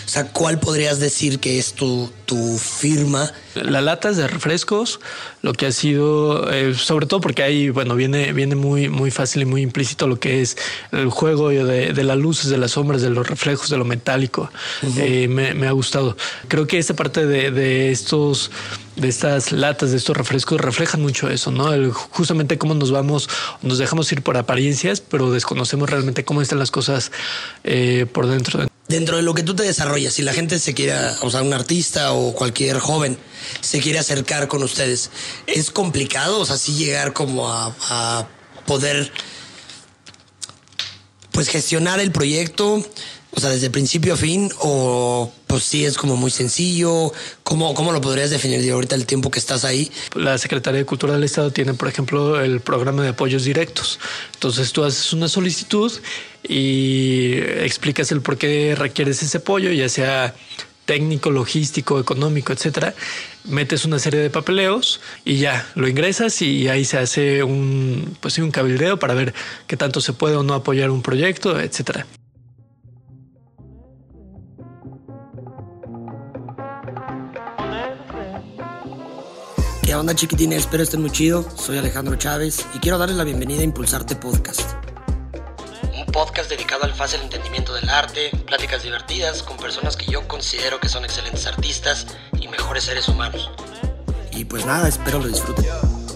O sea, ¿cuál podrías decir que es tu firma? Las latas de refrescos, lo que ha sido, sobre todo porque ahí, bueno, viene muy fácil y muy implícito lo que es el juego de las luces, de las sombras, de los reflejos, de lo metálico. Uh-huh. Me ha gustado. Creo que esta parte de estas latas, de estos refrescos, reflejan mucho eso, ¿no? Justamente cómo nos dejamos ir por apariencias, pero desconocemos realmente cómo están las cosas por dentro. Dentro de lo que tú te desarrollas, si la gente se quiera, o sea, un artista o cualquier joven se quiere acercar con ustedes, ¿es complicado? O sea, sí llegar como a poder, pues, gestionar el proyecto, o sea, desde principio a fin, o pues sí es como muy sencillo. ¿Cómo lo podrías definir de ahorita el tiempo que estás ahí? La Secretaría de Cultura del Estado tiene, por ejemplo, el programa de apoyos directos. Entonces tú haces una solicitud y explicas el por qué requieres ese apoyo, ya sea técnico, logístico, económico, etcétera. Metes una serie de papeleos y ya lo ingresas y ahí se hace un cabildeo para ver qué tanto se puede o no apoyar un proyecto, etcétera. ¿Qué onda, chiquitines? Espero estén muy chido. Soy Alejandro Chávez y quiero darles la bienvenida a Impulsarte Podcast. Un podcast dedicado al fácil entendimiento del arte, pláticas divertidas con personas que yo considero que son excelentes artistas y mejores seres humanos. Y pues nada, espero lo disfruten.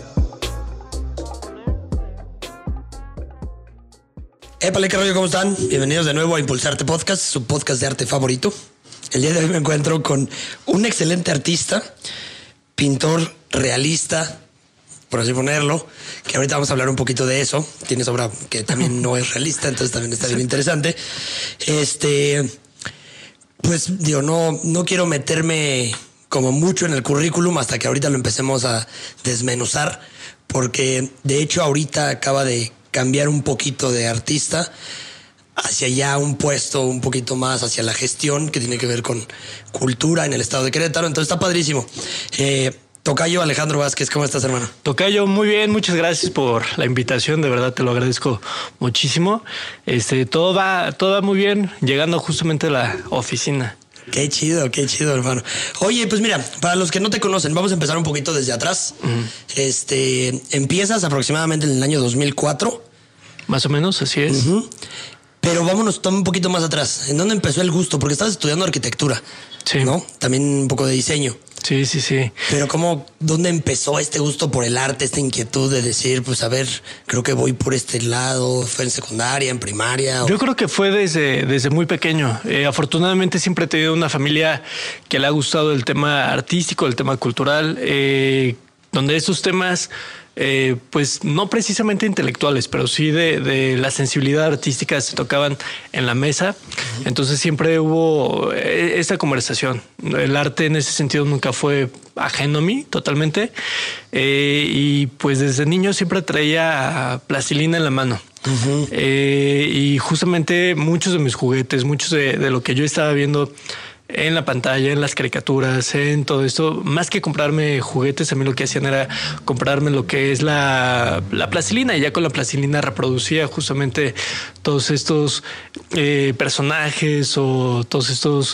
Épale, ¿qué rollo? ¿Cómo están? Bienvenidos de nuevo a Impulsarte Podcast, su podcast de arte favorito. El día de hoy me encuentro con un excelente artista, pintor realista, por así ponerlo, que ahorita vamos a hablar un poquito de eso. Tienes obra que también no es realista, entonces también está bien interesante. Pues digo, no quiero meterme como mucho en el currículum hasta que ahorita lo empecemos a desmenuzar, porque de hecho ahorita acaba de cambiar un poquito de artista hacia ya un puesto un poquito más hacia la gestión que tiene que ver con cultura en el estado de Querétaro. Entonces está padrísimo. Tocayo Alejandro Vázquez, ¿cómo estás, hermano? Tocayo, muy bien, muchas gracias por la invitación, de verdad te lo agradezco muchísimo. Todo va muy bien, llegando justamente a la oficina. Qué chido, hermano. Oye, pues mira, para los que no te conocen, vamos a empezar un poquito desde atrás. Uh-huh. Empiezas aproximadamente en el año 2004. Más o menos, así es. Uh-huh. Pero vámonos un poquito más atrás. ¿En dónde empezó el gusto? Porque estabas estudiando arquitectura, sí, ¿no? También un poco de diseño. Sí. Pero ¿dónde empezó este gusto por el arte, esta inquietud de decir, pues a ver, creo que voy por este lado? ¿Fue en secundaria, en primaria? Yo creo que fue desde muy pequeño. Afortunadamente siempre he tenido una familia que le ha gustado el tema artístico, el tema cultural, donde estos temas, pues no precisamente intelectuales, pero sí de la sensibilidad artística se tocaban en la mesa. Uh-huh. Entonces siempre hubo esta conversación. El arte en ese sentido nunca fue ajeno a mí totalmente. Y pues desde niño siempre traía plastilina en la mano. Uh-huh. Y justamente muchos de mis juguetes, muchos de lo que yo estaba viendo en la pantalla, en las caricaturas, en todo esto, más que comprarme juguetes, a mí lo que hacían era comprarme lo que es la plastilina, y ya con la plastilina reproducía justamente todos estos personajes o todos estos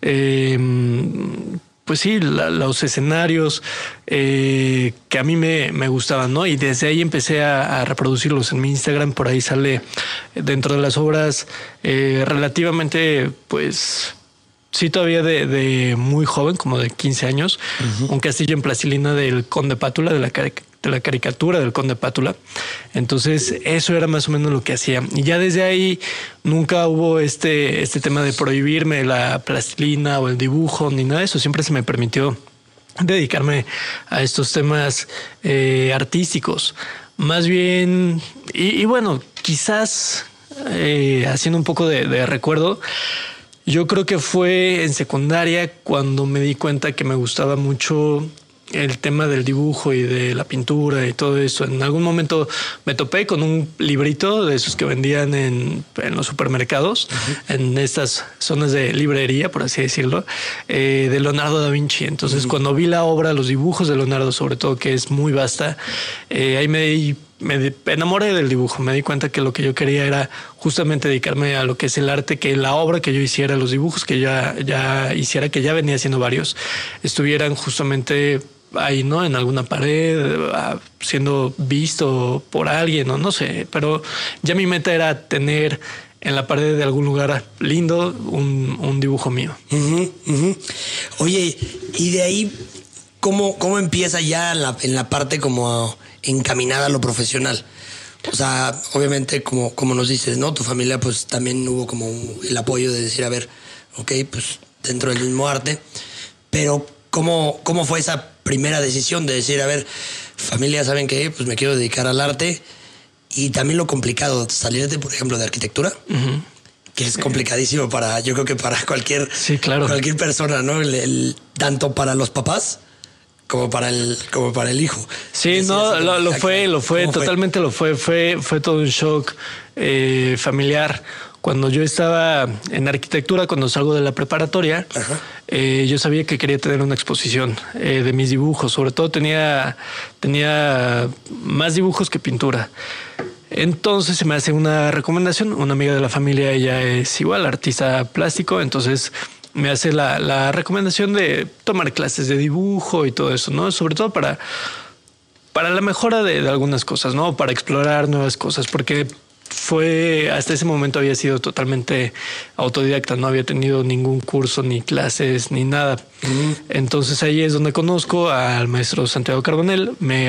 pues sí, los escenarios que a mí me gustaban, ¿no? Y desde ahí empecé a reproducirlos en mi Instagram. Por ahí sale dentro de las obras relativamente, pues sí, todavía de muy joven, como de 15 años, uh-huh, un castillo en plastilina del Conde Pátula, de la caricatura del Conde Pátula. Entonces eso era más o menos lo que hacía. Y ya desde ahí nunca hubo este tema de prohibirme la plastilina o el dibujo ni nada de eso. Siempre se me permitió dedicarme a estos temas artísticos. Más bien, y bueno, quizás haciendo un poco de recuerdo, yo creo que fue en secundaria cuando me di cuenta que me gustaba mucho el tema del dibujo y de la pintura y todo eso. En algún momento me topé con un librito de esos que vendían en los supermercados, uh-huh, en estas zonas de librería, por así decirlo, de Leonardo da Vinci. Entonces, uh-huh, cuando vi la obra, los dibujos de Leonardo, sobre todo, que es muy vasta, ahí me di enamoré del dibujo. Me di cuenta que lo que yo quería era justamente dedicarme a lo que es el arte, que la obra que yo hiciera, los dibujos que ya hiciera, que ya venía haciendo varios, estuvieran justamente ahí, ¿no? En alguna pared, siendo visto por alguien, o no sé. Pero ya mi meta era tener en la pared de algún lugar lindo un dibujo mío. Oye, y de ahí, ¿cómo empieza ya en la parte como encaminada a lo profesional? O sea, obviamente, como nos dices, ¿no? Tu familia, pues también hubo como el apoyo de decir, a ver, ok, pues dentro del mismo arte. Pero, ¿cómo fue esa primera decisión de decir, a ver, familia, ¿saben qué? Pues me quiero dedicar al arte. Y también lo complicado, salirte, por ejemplo, de arquitectura, que es complicadísimo yo creo que para cualquier persona, ¿no? Tanto para los papás como para el hijo. Sí, no, lo fue, totalmente lo fue. Fue todo un shock familiar. Cuando yo estaba en arquitectura, cuando salgo de la preparatoria, yo sabía que quería tener una exposición de mis dibujos. Sobre todo tenía más dibujos que pintura. Entonces se me hace una recomendación. Una amiga de la familia, ella es igual, artista plástico. Entonces me hace la recomendación de tomar clases de dibujo y todo eso, ¿no? Sobre todo para la mejora de algunas cosas, ¿no? Para explorar nuevas cosas, porque hasta ese momento había sido totalmente autodidacta, no había tenido ningún curso, ni clases, ni nada. Entonces ahí es donde conozco al maestro Santiago Carbonell, me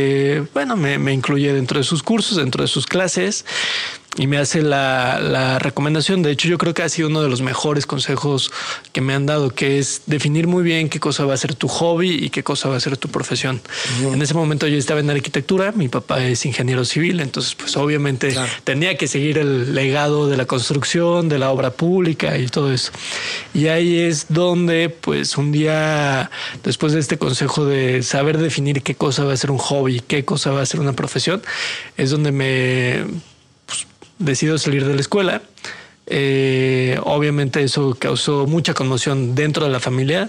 incluye dentro de sus cursos, dentro de sus clases, y me hace la recomendación. De hecho, yo creo que ha sido uno de los mejores consejos que me han dado, que es definir muy bien qué cosa va a ser tu hobby y qué cosa va a ser tu profesión. En ese momento yo estaba en arquitectura, mi papá es ingeniero civil, entonces pues obviamente tenía que seguir el legado de la construcción, de la obra pública y todo eso. Y ahí es donde pues un día, después de este consejo de saber definir qué cosa va a ser un hobby, qué cosa va a ser una profesión, es donde decido salir de la escuela. Obviamente eso causó mucha conmoción dentro de la familia.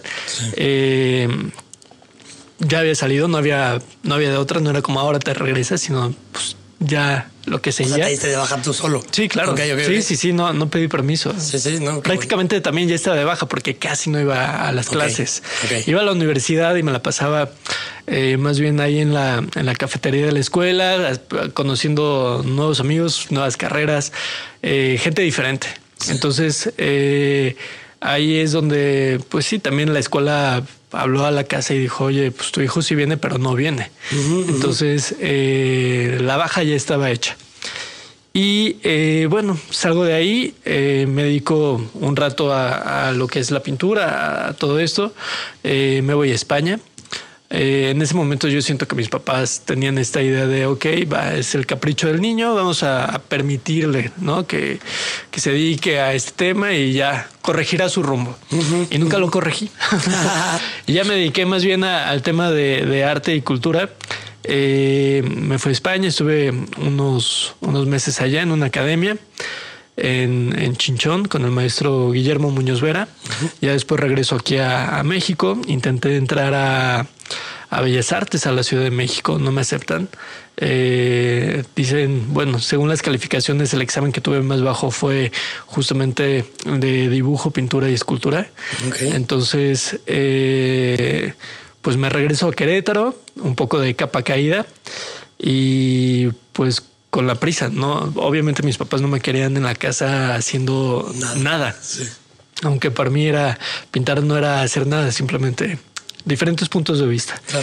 Ya había salido, no había de otra, no era como ahora te regresas, sino pues ya lo que seguía. O sea, te diste de baja tú solo. Sí, claro. Sí, no pedí permiso. No, prácticamente también ya estaba de baja porque casi no iba a las clases. Iba a la universidad y me la pasaba más bien ahí en la cafetería de la escuela, conociendo nuevos amigos, nuevas carreras, gente diferente. Entonces, ahí es donde, pues sí, también la escuela habló a la casa y dijo, oye, pues tu hijo sí viene, pero no viene. Entonces, la baja ya estaba hecha. Y salgo de ahí, me dedico un rato a lo que es la pintura, a todo esto. Me voy a España. En ese momento yo siento que mis papás tenían esta idea de, es el capricho del niño, vamos a permitirle, ¿no? que se dedique a este tema y ya corregirá su rumbo. Y nunca lo corregí. Y ya me dediqué más bien al tema de arte y cultura. Me fui a España, estuve unos meses allá en una academia en Chinchón con el maestro Guillermo Muñoz Vera. Ya después regreso aquí a México. Intenté entrar a Bellas Artes, a la Ciudad de México, no me aceptan. Dicen, según las calificaciones, el examen que tuve más bajo fue justamente de dibujo, pintura y escultura. Entonces, pues me regreso a Querétaro, un poco de capa caída y pues con la prisa, ¿no? Obviamente mis papás no me querían en la casa haciendo nada. Sí. Aunque para mí pintar no era hacer nada, simplemente diferentes puntos de vista. Claro.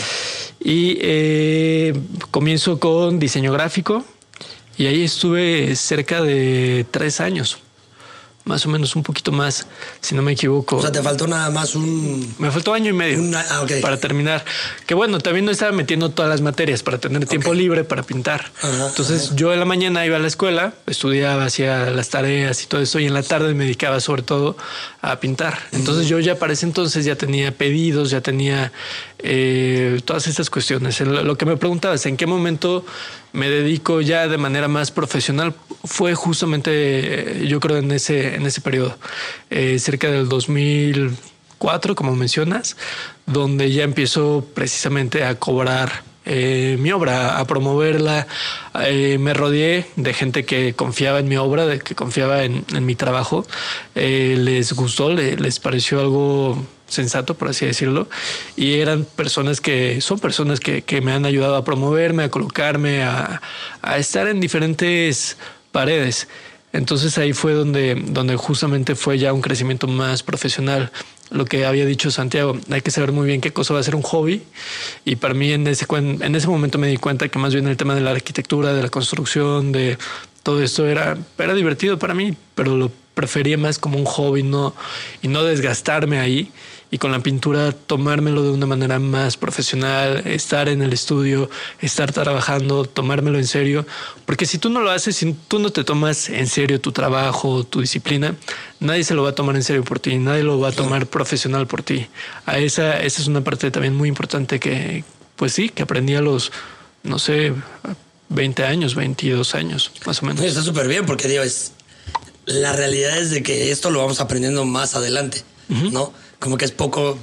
Y comienzo con diseño gráfico y ahí estuve cerca de 3 años. Más o menos, un poquito más, si no me equivoco. O sea, te faltó nada más Me faltó 1 año y medio para terminar. Que también no estaba metiendo todas las materias para tener tiempo libre para pintar. Entonces, yo en la mañana iba a la escuela, estudiaba, hacía las tareas y todo eso, y en la tarde me dedicaba sobre todo a pintar. Entonces, yo ya para ese entonces ya tenía pedidos, ya tenía todas estas cuestiones. Lo que me preguntabas, ¿en qué momento me dedico ya de manera más profesional? Fue justamente, yo creo, en ese periodo, cerca del 2004, como mencionas, donde ya empiezo precisamente a cobrar mi obra, a promoverla. Me rodeé de gente que confiaba en mi obra, de que confiaba en mi trabajo. Les gustó, les pareció algo sensato, por así decirlo, y son personas que me han ayudado a promoverme, a colocarme, a estar en diferentes paredes. Entonces ahí fue donde justamente fue ya un crecimiento más profesional. Lo que había dicho Santiago, hay que saber muy bien qué cosa va a ser un hobby, y para mí en ese momento me di cuenta que más bien el tema de la arquitectura, de la construcción, de todo esto era divertido para mí, pero lo prefería más como un hobby, y no desgastarme ahí. Y con la pintura tomármelo de una manera más profesional, estar en el estudio, estar trabajando, tomármelo en serio. Porque si tú no lo haces, si tú no te tomas en serio tu trabajo, tu disciplina, nadie se lo va a tomar en serio por ti, nadie lo va a tomar profesional por ti. Esa es una parte también muy importante que aprendí a los, no sé, 20 años, 22 años, más o menos. Está súper bien, porque digo, la realidad es de que esto lo vamos aprendiendo más adelante, ¿no? Como que es pocas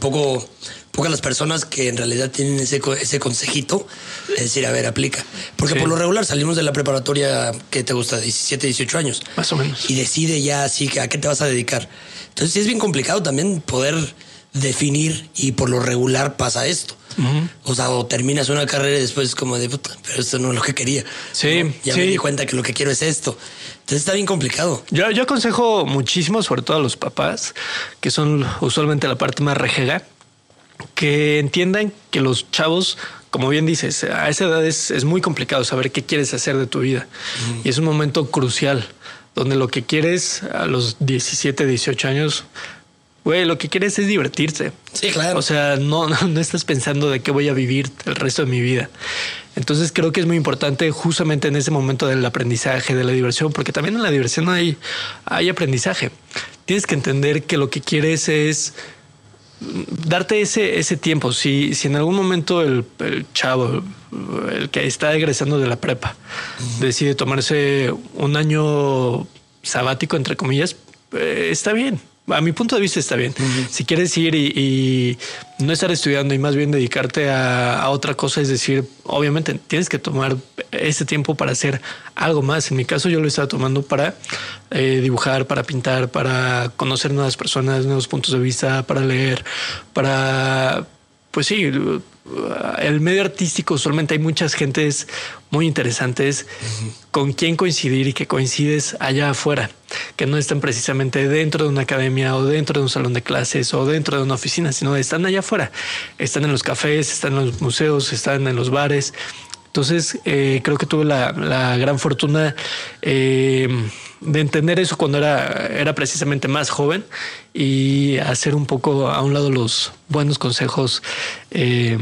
las personas que en realidad tienen ese consejito de decir, a ver, aplica. Porque por lo regular salimos de la preparatoria, ¿qué te gusta? 17, 18 años. Más o menos. Y decide ya así, ¿a qué te vas a dedicar? Entonces sí es bien complicado también poder definir, y por lo regular pasa esto. O sea, o terminas una carrera y después como de puta, pero esto no es lo que quería. Sí, ¿no? Ya me di cuenta que lo que quiero es esto. Entonces está bien complicado. Yo aconsejo muchísimo, sobre todo a los papás, que son usualmente la parte más rejega, que entiendan que los chavos, como bien dices, a esa edad es muy complicado saber qué quieres hacer de tu vida. Y es un momento crucial donde lo que quieres a los 17, 18 años, güey, lo que quieres es divertirte. Sí, claro. O sea, no estás pensando de qué voy a vivir el resto de mi vida. Entonces creo que es muy importante justamente en ese momento del aprendizaje, de la diversión, porque también en la diversión hay aprendizaje. Tienes que entender que lo que quieres es darte ese tiempo. Si en algún momento el chavo, el que está egresando de la prepa, decide tomarse un año sabático, entre comillas, está bien. A mi punto de vista está bien. Si quieres ir y no estar estudiando y más bien dedicarte a otra cosa, es decir, obviamente tienes que tomar ese tiempo para hacer algo más. En mi caso yo lo estaba tomando para dibujar, para pintar, para conocer nuevas personas, nuevos puntos de vista, para leer, pues sí, el medio artístico usualmente hay muchas gentes muy interesantes con quien coincidir y que coincides allá afuera, que no están precisamente dentro de una academia o dentro de un salón de clases o dentro de una oficina, sino están allá afuera, están en los cafés, están en los museos, están en los bares. Entonces creo que tuve la gran fortuna de entender eso cuando era precisamente más joven y hacer un poco a un lado los buenos consejos de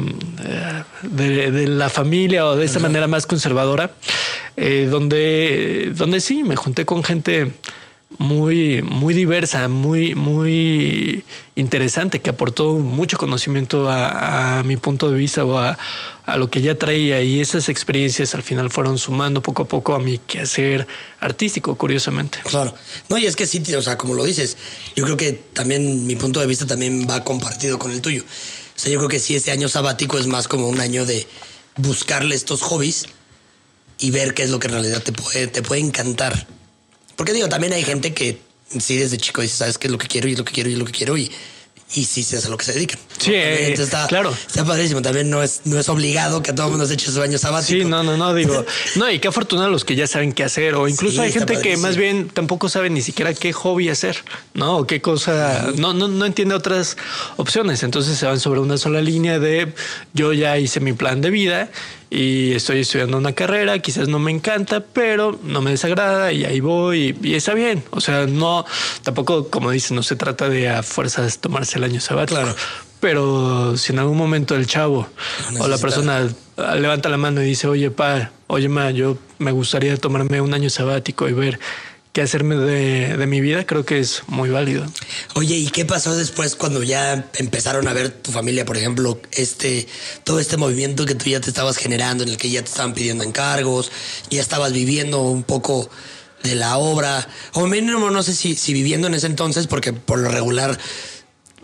la familia o de esta manera más conservadora, donde sí me junté con gente muy, muy diversa, muy, muy interesante, que aportó mucho conocimiento a mi punto de vista o a lo que ya traía, y esas experiencias al final fueron sumando poco a poco a mi quehacer artístico, curiosamente. Claro. No, y es que sí, o sea, como lo dices, yo creo que también mi punto de vista también va compartido con el tuyo. O sea, yo creo que sí, este año sabático es más como un año de buscarle estos hobbies y ver qué es lo que en realidad te puede encantar. Porque digo, también hay gente que sí desde chico dice, ¿sabes qué es lo que quiero? Y es lo que quiero y es lo que quiero. Y sí se hace a lo que se dedican. Sí, claro. Está padrísimo. También no es obligado que a todo el mundo se eche su año sabático. Sí, no, digo. No, y qué afortunados los que ya saben qué hacer. O incluso sí, hay gente que más bien tampoco sabe ni siquiera qué hobby hacer, ¿no? O qué cosa. No entiende otras opciones. Entonces se van sobre una sola línea de yo ya hice mi plan de vida y estoy estudiando una carrera, quizás no me encanta, pero no me desagrada y ahí voy y está bien. O sea, no, tampoco, como dicen, no se trata de a fuerzas tomarse el año sabático. Claro. Pero si en algún momento el chavo o la persona levanta la mano y dice, oye, ma, yo me gustaría tomarme un año sabático y ver qué hacerme de mi vida, creo que es muy válido. Oye, ¿y qué pasó después cuando ya empezaron a ver tu familia, por ejemplo, todo este movimiento que tú ya te estabas generando, en el que ya te estaban pidiendo encargos, ya estabas viviendo un poco de la obra, o mínimo no sé si viviendo en ese entonces, porque por lo regular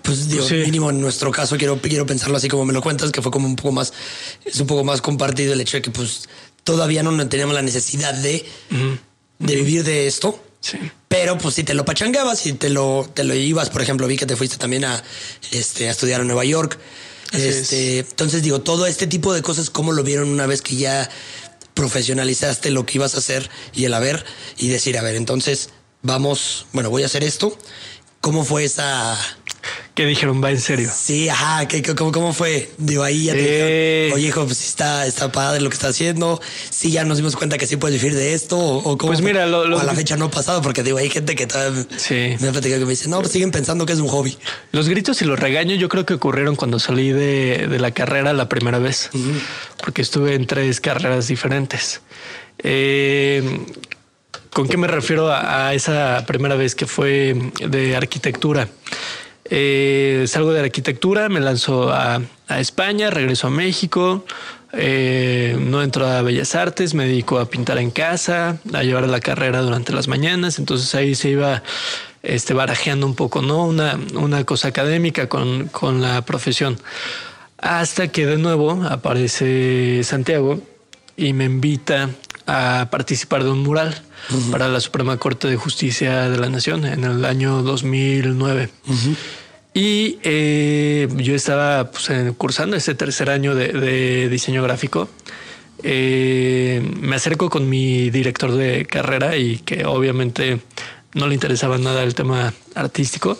pues digo, Sí. mínimo en nuestro caso quiero pensarlo así como me lo cuentas, que fue como un poco más, es un poco más compartido el hecho de que pues todavía no teníamos la necesidad de vivir de esto. Sí. Pero pues si te lo pachangueabas y te lo ibas, por ejemplo, vi que te fuiste también a estudiar a Nueva York. Entonces digo, todo este tipo de cosas, ¿cómo lo vieron una vez que ya profesionalizaste lo que ibas a hacer y el haber y decir, a ver, entonces vamos, bueno, voy a hacer esto? ¿Cómo fue esa? ¿Qué dijeron? Va en serio. Sí, ajá, ¿cómo fue? Digo, ahí ya te dijeron, oye, hijo, pues está padre lo que está haciendo. Sí, ya nos dimos cuenta que sí puedes vivir de esto. O cómo Pues fue? mira, O a la fecha no ha pasado, porque digo, hay gente que todavía Sí. me ha platicado que me dice, no, pues siguen pensando que es un hobby. Los gritos y los regaños yo creo que ocurrieron cuando salí de la carrera la primera vez, porque estuve en 3 carreras diferentes. ¿Con qué me refiero a esa primera vez que fue de arquitectura? Salgo de arquitectura, me lanzo a España, regreso a México, no entro a Bellas Artes, me dedico a pintar en casa, a llevar la carrera durante las mañanas, entonces ahí se iba barajeando un poco, ¿no? Una cosa académica con la profesión. Hasta que de nuevo aparece Santiago y me invita a participar de un mural para la Suprema Corte de Justicia de la Nación en el año 2009. Y yo estaba pues, cursando ese tercer año de diseño gráfico. Me acerco con mi director de carrera y que obviamente no le interesaba nada el tema artístico.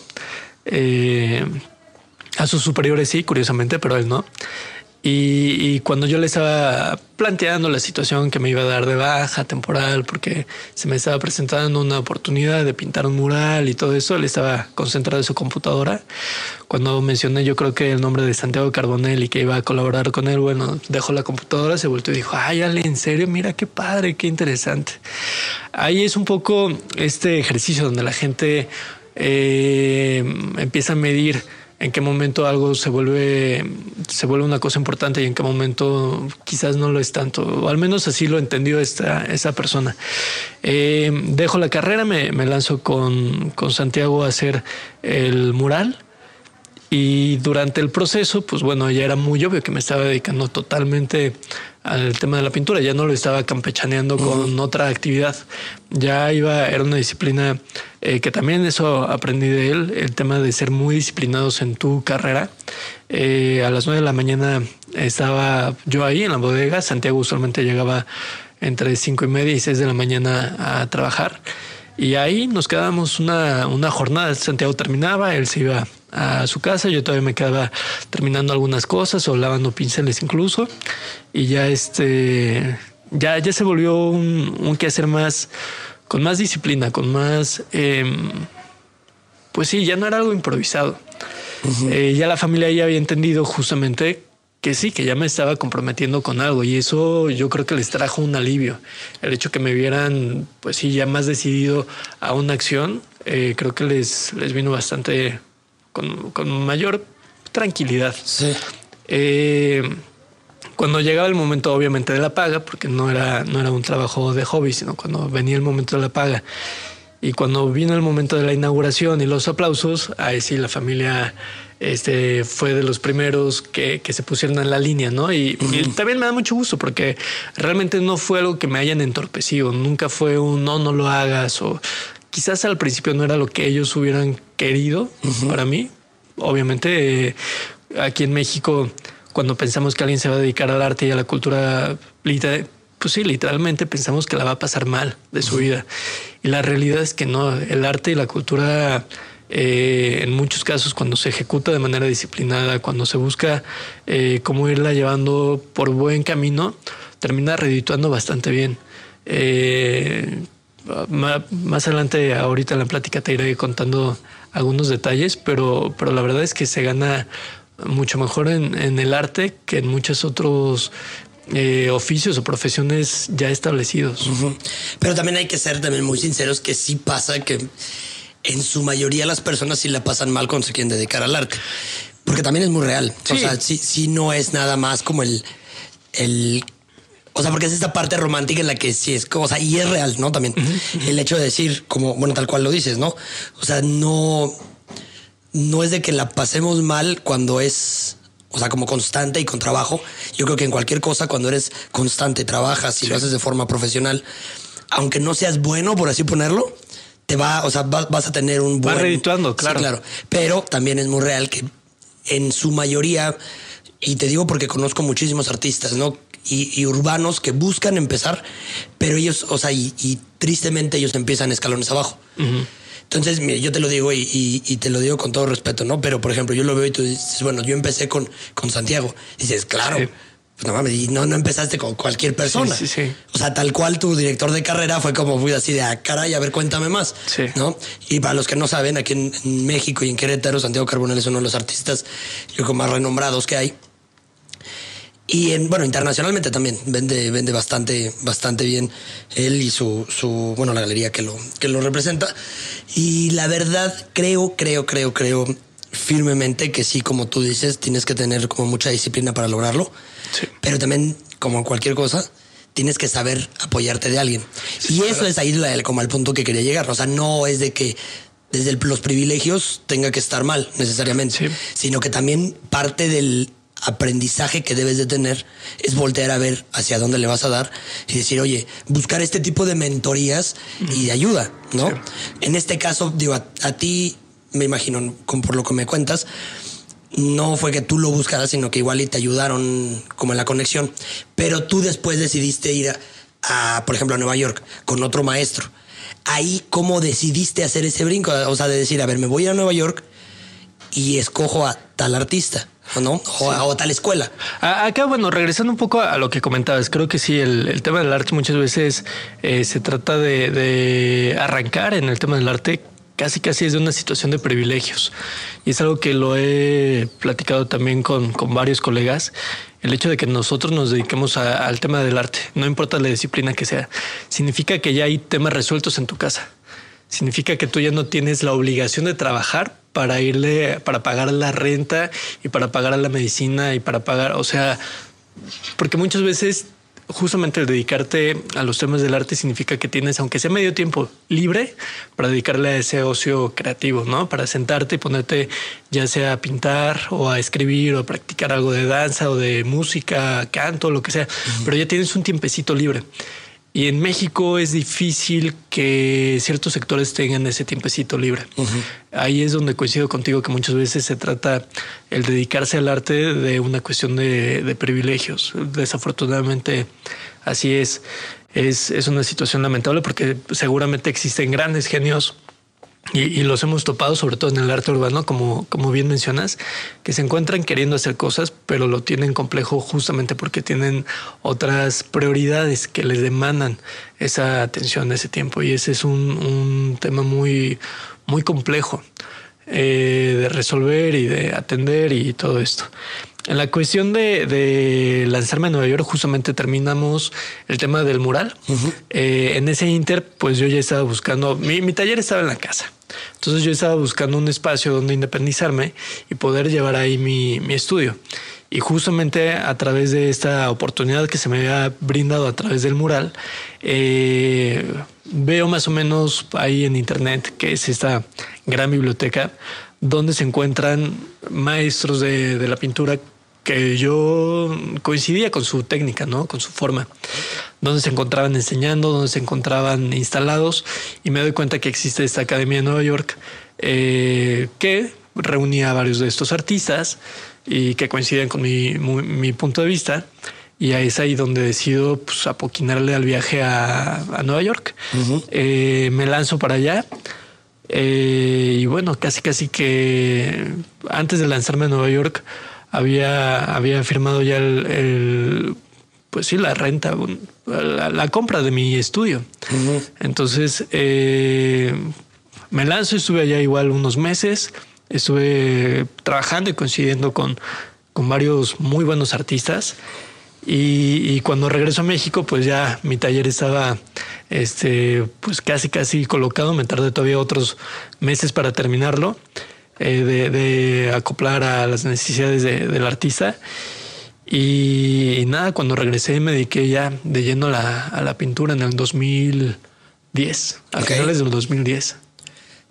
A sus superiores sí, curiosamente, pero a él no. Y cuando yo le estaba planteando la situación que me iba a dar de baja temporal porque se me estaba presentando una oportunidad de pintar un mural y todo eso, él estaba concentrado en su computadora. Cuando mencioné yo creo que el nombre de Santiago Carbonell y que iba a colaborar con él, bueno, dejó la computadora, se volteó y dijo, ay, Ale, ¿en serio? Mira qué padre, qué interesante. Ahí es un poco este ejercicio donde la gente empieza a medir en qué momento algo se vuelve una cosa importante y en qué momento quizás no lo es tanto, o al menos así lo entendió esa persona. Dejo la carrera, me lanzo con Santiago a hacer el mural y durante el proceso, pues bueno, ya era muy obvio que me estaba dedicando totalmente al tema de la pintura, ya no lo estaba campechaneando con otra actividad, era una disciplina que también eso aprendí de él, el tema de ser muy disciplinados en tu carrera. A las 9 de la mañana estaba yo ahí en la bodega, Santiago usualmente llegaba entre 5:30 y 6 de la mañana a trabajar y ahí nos quedábamos una jornada. Santiago terminaba, él se iba a su casa, yo todavía me quedaba terminando algunas cosas o lavando pinceles incluso y ya ya se volvió un quehacer con más disciplina, con más pues sí, ya no era algo improvisado. Ya la familia ya había entendido justamente que sí, que ya me estaba comprometiendo con algo y eso yo creo que les trajo un alivio. El hecho que me vieran pues sí, ya más decidido a una acción, creo que les vino bastante con mayor tranquilidad. Sí. Cuando llegaba el momento obviamente de la paga, porque no era un trabajo de hobby, sino cuando venía el momento de la paga y cuando vino el momento de la inauguración y los aplausos, ahí sí la familia fue de los primeros que se pusieron en la línea, ¿no? Y también me da mucho gusto porque realmente no fue algo que me hayan entorpecido, nunca fue un no lo hagas o quizás al principio no era lo que ellos hubieran querido para mí. Obviamente aquí en México cuando pensamos que alguien se va a dedicar al arte y a la cultura, pues sí, literalmente pensamos que la va a pasar mal de su vida. Y la realidad es que no, el arte y la cultura, en muchos casos, cuando se ejecuta de manera disciplinada, cuando se busca cómo irla llevando por buen camino, termina redituando bastante bien. Más adelante, ahorita en la plática te iré contando algunos detalles, pero la verdad es que se gana mucho mejor en el arte que en muchos otros oficios o profesiones ya establecidos. Pero también hay que ser también muy sinceros que sí pasa que en su mayoría las personas sí la pasan mal cuando se quieren dedicar al arte, porque también es muy real. Sí. O sea, sí no es nada más como o sea, porque es esta parte romántica en la que sí es, o sea, y es real, ¿no? También el hecho de decir, como, bueno, tal cual lo dices, ¿no? O sea, no no es de que la pasemos mal cuando es, o sea, como constante y con trabajo. Yo creo que en cualquier cosa, cuando eres constante, trabajas y lo haces de forma profesional, aunque no seas bueno, por así ponerlo, te va, o sea, vas a tener un buen... Va redituando, claro. Sí, claro. Pero también es muy real que en su mayoría, y te digo porque conozco muchísimos artistas, ¿no? Y urbanos que buscan empezar, pero ellos, o sea, y tristemente ellos empiezan escalones abajo. Uh-huh. Entonces, mire, yo te lo digo y te lo digo con todo respeto, ¿no? Pero, por ejemplo, yo lo veo y tú dices, bueno, yo empecé con Santiago. Y dices, claro, sí. Pues no mames, y no empezaste con cualquier persona. Sí, sí, sí. O sea, tal cual tu director de carrera fue como fui así de, caray, a ver, cuéntame más. Sí. ¿No? Y para los que no saben, aquí en México y en Querétaro, Santiago Carbonell es uno de los artistas, yo creo, más renombrados que hay. Y bueno, internacionalmente también vende bastante bien él y su bueno, la galería que lo representa. Y la verdad, creo firmemente que sí, como tú dices, tienes que tener como mucha disciplina para lograrlo. Sí. Pero también, como cualquier cosa, tienes que saber apoyarte de alguien. Sí, y eso claro. Es ahí como al punto que quería llegar. O sea, no es de que desde los privilegios tenga que estar mal necesariamente, sí. Sino que también parte del aprendizaje que debes de tener es voltear a ver hacia dónde le vas a dar y decir, oye, buscar este tipo de mentorías y de ayuda, ¿no? Sí. En este caso, digo, a ti, me imagino, por lo que me cuentas, no fue que tú lo buscaras, sino que igual y te ayudaron como en la conexión, pero tú después decidiste ir a, por ejemplo, a Nueva York con otro maestro. Ahí, ¿cómo decidiste hacer ese brinco? O sea, de decir, a ver, me voy a Nueva York y escojo a tal artista, ¿no? O a tal escuela. Acá, bueno, regresando un poco a lo que comentabas, creo que sí, el tema del arte muchas veces se trata de arrancar en el tema del arte casi es de una situación de privilegios. Y es algo que lo he platicado también con varios colegas. El hecho de que nosotros nos dediquemos al tema del arte, no importa la disciplina que sea, significa que ya hay temas resueltos en tu casa. Significa que tú ya no tienes la obligación de trabajar para pagar la renta y para pagar la medicina y para pagar, o sea, porque muchas veces justamente el dedicarte a los temas del arte significa que tienes, aunque sea medio tiempo libre, para dedicarle a ese ocio creativo, ¿no? Para sentarte y ponerte ya sea a pintar o a escribir o a practicar algo de danza o de música, canto, lo que sea, pero ya tienes un tiempecito libre. Y en México es difícil que ciertos sectores tengan ese tiempecito libre. Uh-huh. Ahí es donde coincido contigo que muchas veces se trata el dedicarse al arte de una cuestión de privilegios. Desafortunadamente así es. Es una situación lamentable porque seguramente existen grandes genios y los hemos topado, sobre todo en el arte urbano, como bien mencionas, que se encuentran queriendo hacer cosas, pero lo tienen complejo justamente porque tienen otras prioridades que les demandan esa atención, ese tiempo. Y ese es un tema muy, muy complejo de resolver y de atender y todo esto. En la cuestión de lanzarme a Nueva York, justamente terminamos el tema del mural. Uh-huh. En ese inter, pues yo ya estaba buscando, mi taller estaba en la casa. Entonces yo estaba buscando un espacio donde independizarme y poder llevar ahí mi estudio. Y justamente a través de esta oportunidad que se me había brindado a través del mural, veo más o menos ahí en internet que es esta gran biblioteca donde se encuentran maestros de la pintura que yo coincidía con su técnica, ¿no? Con su forma, donde se encontraban enseñando, donde se encontraban instalados, y me doy cuenta que existe esta academia en Nueva York que reunía a varios de estos artistas y que coinciden con mi punto de vista. Y ahí es ahí donde decido pues, apoquinarle al viaje a Nueva York. Uh-huh. Me lanzo para allá. Y bueno, casi que antes de lanzarme a Nueva York había firmado ya pues sí, la renta, la compra de mi estudio. Uh-huh. Entonces me lanzo, estuve allá igual unos meses, estuve trabajando y coincidiendo con varios muy buenos artistas. Y cuando regreso a México, pues ya mi taller estaba pues casi colocado. Me tardé todavía otros meses para terminarlo, de acoplar a las necesidades del artista. Y nada, cuando regresé me dediqué ya de lleno a la pintura en el 2010, a finales del 2010.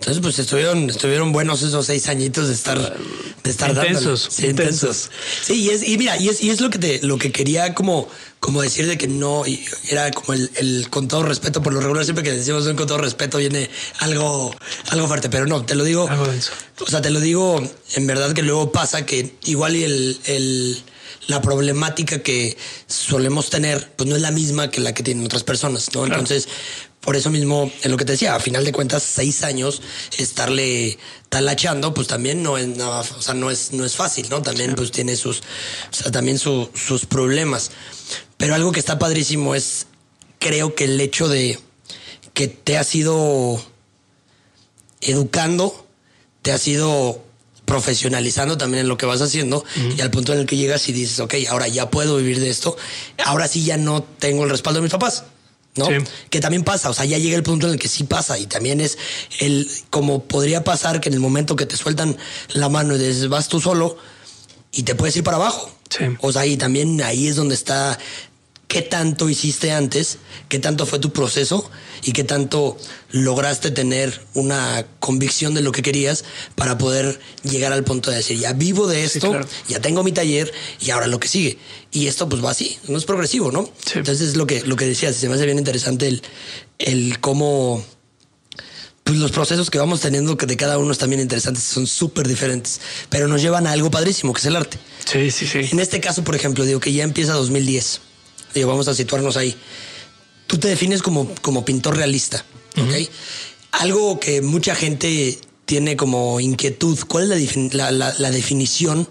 Entonces, pues estuvieron buenos esos 6 añitos de estar intensos, sí, intensos. Sí, y es lo que quería como decir de que no, y era como el con todo respeto, por lo regular siempre que decimos con todo respeto viene algo fuerte, pero no, te lo digo. Algo denso. O sea, te lo digo en verdad que luego pasa que igual y la problemática que solemos tener, pues no es la misma que la que tienen otras personas, ¿no? Claro. Entonces, por eso mismo, en lo que te decía, a final de cuentas, 6 años estarle talachando, pues también no es nada, o sea, no es fácil, ¿no? También sí. Pues tiene sus problemas. Pero algo que está padrísimo es, creo que el hecho de que te has ido educando, te has ido profesionalizando también en lo que vas haciendo, y al punto en el que llegas y dices, ok, ahora ya puedo vivir de esto, ahora sí ya no tengo el respaldo de mis papás, ¿no? Sí. Que también pasa, o sea, ya llega el punto en el que sí pasa, y también es como podría pasar que en el momento que te sueltan la mano y dices, vas tú solo y te puedes ir para abajo. Sí. O sea, y también ahí es donde está qué tanto hiciste antes, qué tanto fue tu proceso y qué tanto lograste tener una convicción de lo que querías para poder llegar al punto de decir, ya vivo de esto, sí, claro. Ya tengo mi taller y ahora lo que sigue. Y esto pues va así, no es progresivo, ¿no? Sí. Entonces es lo que decías, se me hace bien interesante el cómo pues los procesos que vamos teniendo, que de cada uno es también interesantes, son súper diferentes, pero nos llevan a algo padrísimo, que es el arte. Sí, sí, sí. En este caso, por ejemplo, digo que ya empieza 2010. Digo, vamos a situarnos ahí. Tú te defines como pintor realista, ¿ok? Algo que mucha gente tiene como inquietud. ¿Cuál es la definición?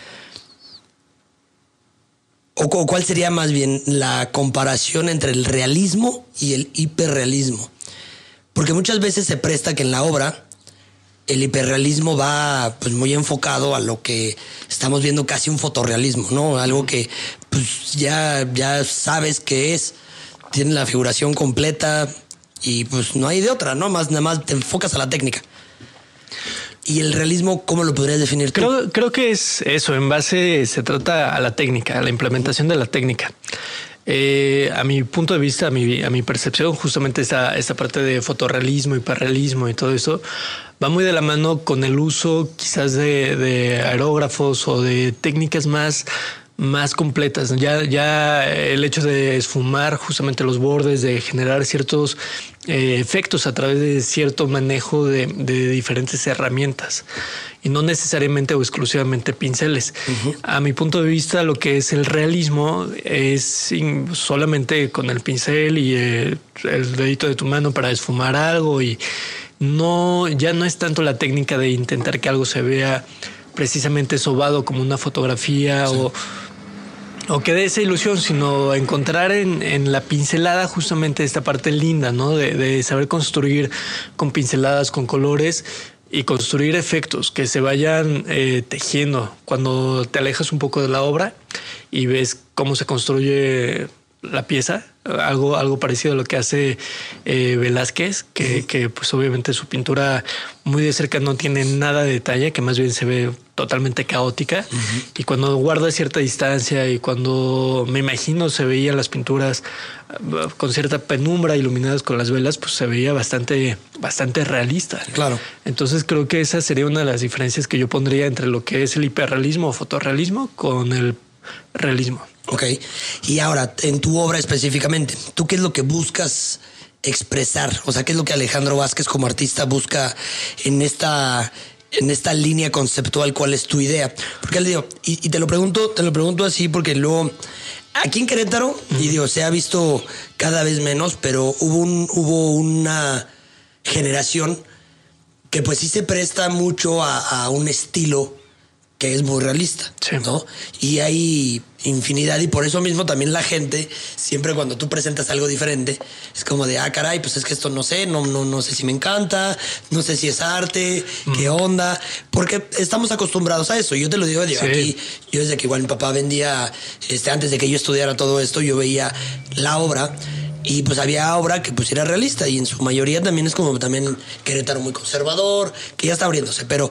O cuál sería más bien la comparación entre el realismo y el hiperrealismo. Porque muchas veces se presta que en la obra el hiperrealismo va pues muy enfocado a lo que estamos viendo, casi un fotorrealismo, ¿no? Algo que pues ya sabes que tiene la figuración completa y pues no hay de otra, ¿no? Nada más te enfocas a la técnica. ¿Y el realismo cómo lo podrías definir tú? Creo que es eso, en base se trata a la técnica, a la implementación de la técnica. A mi punto de vista, a mi percepción, justamente esta parte de fotorrealismo, hiperrealismo y todo eso va muy de la mano con el uso quizás de aerógrafos o de técnicas más completas. Ya el hecho de esfumar justamente los bordes, de generar ciertos efectos a través de cierto manejo de diferentes herramientas y no necesariamente o exclusivamente pinceles. A mi punto de vista, lo que es el realismo es solamente con el pincel y el dedito de tu mano para esfumar algo, y ya no es tanto la técnica de intentar que algo se vea precisamente sobado como una fotografía, sí, o que dé esa ilusión, sino encontrar en la pincelada justamente esta parte linda, ¿no? De saber construir con pinceladas, con colores, y construir efectos que se vayan tejiendo. Cuando te alejas un poco de la obra y ves cómo se construye la pieza, algo parecido a lo que hace Velázquez, que pues obviamente su pintura muy de cerca no tiene nada de detalle, que más bien se ve totalmente caótica, y cuando guarda cierta distancia y cuando me imagino se veían las pinturas con cierta penumbra iluminadas con las velas, pues se veía bastante realista. Claro. Entonces creo que esa sería una de las diferencias que yo pondría entre lo que es el hiperrealismo o fotorrealismo con el realismo. Ok. Y ahora, en tu obra específicamente, ¿tú qué es lo que buscas expresar? O sea, ¿qué es lo que Alejandro Vázquez como artista busca en esta línea conceptual? ¿Cuál es tu idea? Porque le digo, y te lo pregunto así porque luego aquí en Querétaro, y digo, se ha visto cada vez menos, pero hubo una generación que pues sí se presta mucho a un estilo que es muy realista, sí, ¿no? Y hay infinidad, y por eso mismo también la gente, siempre cuando tú presentas algo diferente, es como de, caray, pues es que esto no sé si me encanta, no sé si es arte, qué onda, porque estamos acostumbrados a eso. Yo te lo digo, sí, aquí, yo desde que igual mi papá vendía, antes de que yo estudiara todo esto, yo veía la obra, y pues había obra que pues era realista, y en su mayoría también es como también Querétaro muy conservador, que ya está abriéndose, pero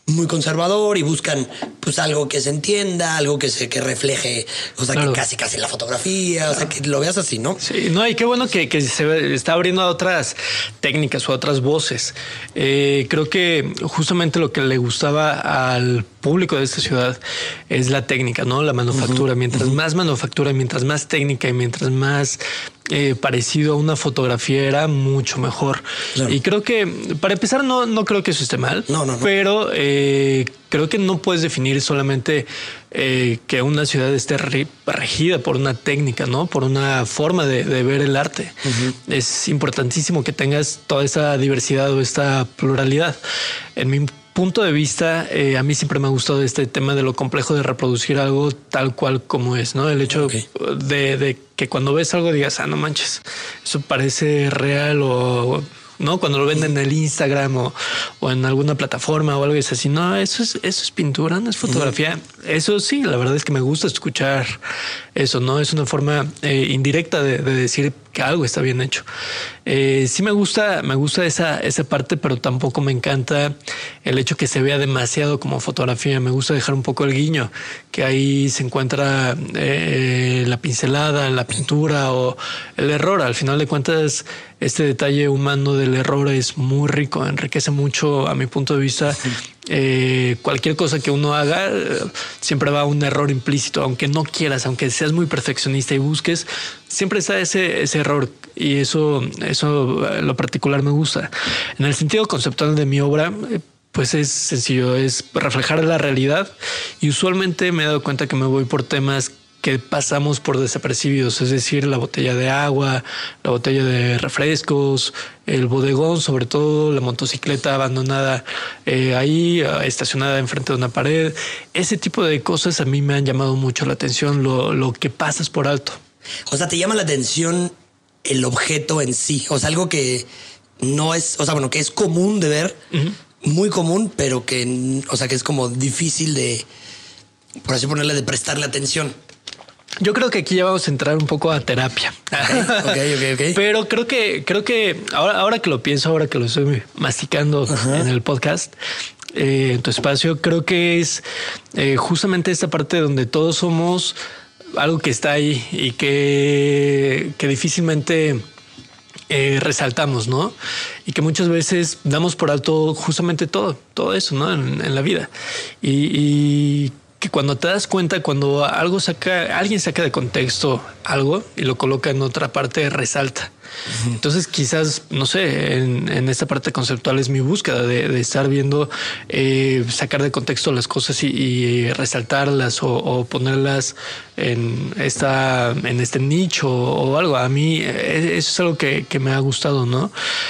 muy conservador y buscan pues algo que se entienda, algo que refleje, o sea, claro, que casi la fotografía, o sea, que lo veas así, ¿no? Sí, no, y qué bueno que se está abriendo a otras técnicas o a otras voces. Creo que justamente lo que le gustaba al público de esta ciudad es la técnica, ¿no? La manufactura. Mientras más manufactura, mientras más técnica y mientras más parecido a una fotografía era, mucho mejor. Claro. Y creo que, para empezar, no creo que eso esté mal. No. Pero creo que no puedes definir solamente que una ciudad esté regida por una técnica, ¿no? Por una forma de ver el arte. Es importantísimo que tengas toda esa diversidad o esta pluralidad. En mi punto de vista, a mí siempre me ha gustado este tema de lo complejo de reproducir algo tal cual como es, ¿no? El hecho de que cuando ves algo digas, no manches, eso parece real, o no, cuando lo ven en el Instagram o en alguna plataforma o algo así. No, eso es pintura, no es fotografía. Eso sí, la verdad es que me gusta escuchar eso, ¿no? Es una forma indirecta de decir que algo está bien hecho. Sí me gusta esa parte, pero tampoco me encanta el hecho que se vea demasiado como fotografía. Me gusta dejar un poco el guiño, que ahí se encuentra la pincelada, la pintura o el error. Al final de cuentas, este detalle humano del error es muy rico, enriquece mucho a mi punto de vista. Cualquier cosa que uno haga siempre va a un error implícito, aunque no quieras, aunque seas muy perfeccionista y busques, siempre está ese error, y eso lo particular me gusta. En el sentido conceptual de mi obra, pues es sencillo, es reflejar la realidad, y usualmente me he dado cuenta que me voy por temas que pasamos por desapercibidos, es decir, la botella de agua, la botella de refrescos, el bodegón, sobre todo la motocicleta abandonada ahí, estacionada enfrente de una pared. Ese tipo de cosas a mí me han llamado mucho la atención, lo que pasas por alto. O sea, ¿te llama la atención el objeto en sí? O sea, algo que no es, o sea, bueno, que es común de ver, muy común, pero que, o sea, que es como difícil de, por así ponerle, de prestarle atención. Yo creo que aquí ya vamos a entrar un poco a terapia. Okay. Pero creo que ahora que lo pienso, ahora que lo estoy masticando en el podcast, en tu espacio, creo que es justamente esta parte donde todos somos algo que está ahí y que difícilmente resaltamos, ¿no? Y que muchas veces damos por alto justamente todo eso, ¿no? En la vida. Y que cuando te das cuenta, cuando alguien saca de contexto algo y lo coloca en otra parte, resalta. Entonces quizás, no sé, en esta parte conceptual es mi búsqueda de estar viendo, sacar de contexto las cosas y resaltarlas o ponerlas en este nicho o algo. A mí eso es algo que me ha gustado, ¿no?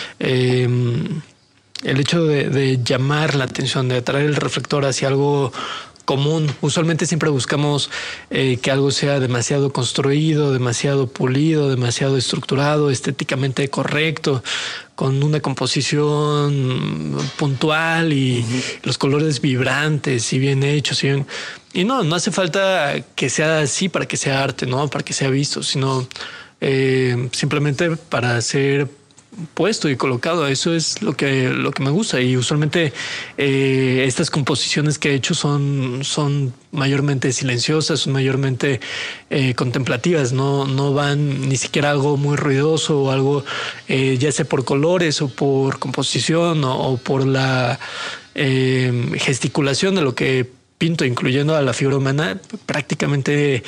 El hecho de llamar la atención, de atraer el reflector hacia algo común. Usualmente siempre buscamos que algo sea demasiado construido, demasiado pulido, demasiado estructurado, estéticamente correcto, con una composición puntual y los colores vibrantes y bien hechos. Y no hace falta que sea así para que sea arte, ¿no? Para que sea visto, sino simplemente para ser puesto y colocado. Eso es lo que me gusta, y usualmente estas composiciones que he hecho son mayormente silenciosas, son mayormente contemplativas, no van ni siquiera algo muy ruidoso o algo ya sea por colores o por composición o por la gesticulación de lo que pinto, incluyendo a la figura humana. Prácticamente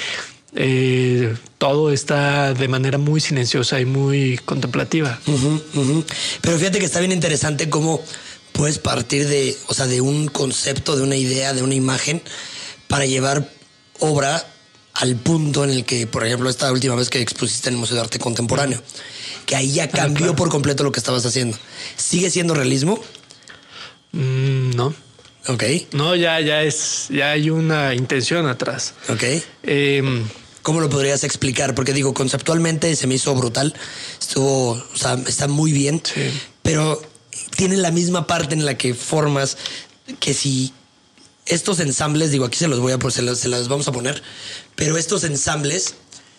todo está de manera muy silenciosa y muy contemplativa. Pero fíjate que está bien interesante cómo puedes partir de un concepto, de una idea, de una imagen, para llevar obra al punto en el que, por ejemplo, esta última vez que expusiste en el Museo de Arte Contemporáneo, que ahí ya cambió por completo lo que estabas haciendo. ¿Sigue siendo realismo? No. Ok. No, ya hay una intención atrás. Ok. ¿Cómo lo podrías explicar? Porque digo, conceptualmente se me hizo brutal. Está muy bien. Sí. Pero tiene la misma parte en la que formas que si estos ensambles, digo, aquí se los vamos a poner, pero estos ensambles,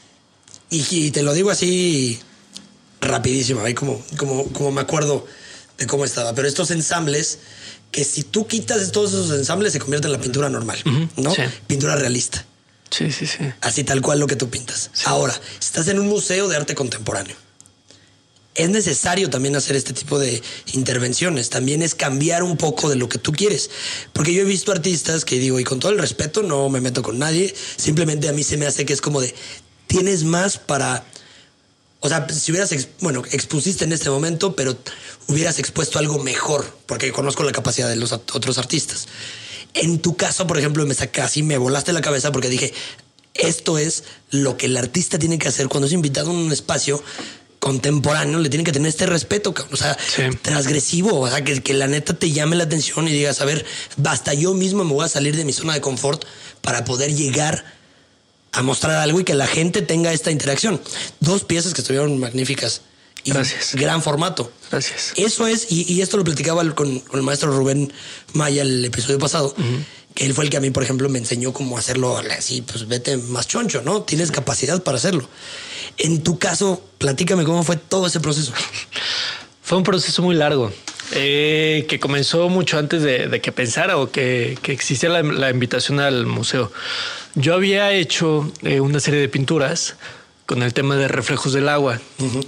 y te lo digo así rapidísimo, ahí como me acuerdo de cómo estaba, pero estos ensambles que si tú quitas todos esos ensambles se convierte en la pintura normal, ¿no? Sí. Pintura realista. Sí. Así tal cual lo que tú pintas. Sí. Ahora, estás en un museo de arte contemporáneo. Es necesario también hacer este tipo de intervenciones. También es cambiar un poco de lo que tú quieres. Porque yo he visto artistas que digo, y con todo el respeto, no me meto con nadie, simplemente a mí se me hace que es como de, tienes más para... O sea, si hubieras, expusiste en este momento, pero hubieras expuesto algo mejor, porque conozco la capacidad de los otros artistas. En tu caso, por ejemplo, me volaste la cabeza porque dije, esto es lo que el artista tiene que hacer cuando es invitado a un espacio contemporáneo, le tienen que tener este respeto, o sea, sí, transgresivo, o sea, que la neta te llame la atención y digas, a ver, basta, yo mismo me voy a salir de mi zona de confort para poder llegar a mostrar algo y que la gente tenga esta interacción. 2 piezas que estuvieron magníficas. Y gracias. Gran formato. Gracias. Eso es, y esto lo platicaba con el maestro Rubén Maya el episodio pasado, que él fue el que a mí, por ejemplo, me enseñó cómo hacerlo así, pues vete más choncho, ¿no? Tienes capacidad para hacerlo. En tu caso, platícame cómo fue todo ese proceso. Fue un proceso muy largo, que comenzó mucho antes de que pensara o que existiera la invitación al museo. Yo había hecho una serie de pinturas con el tema de reflejos del agua.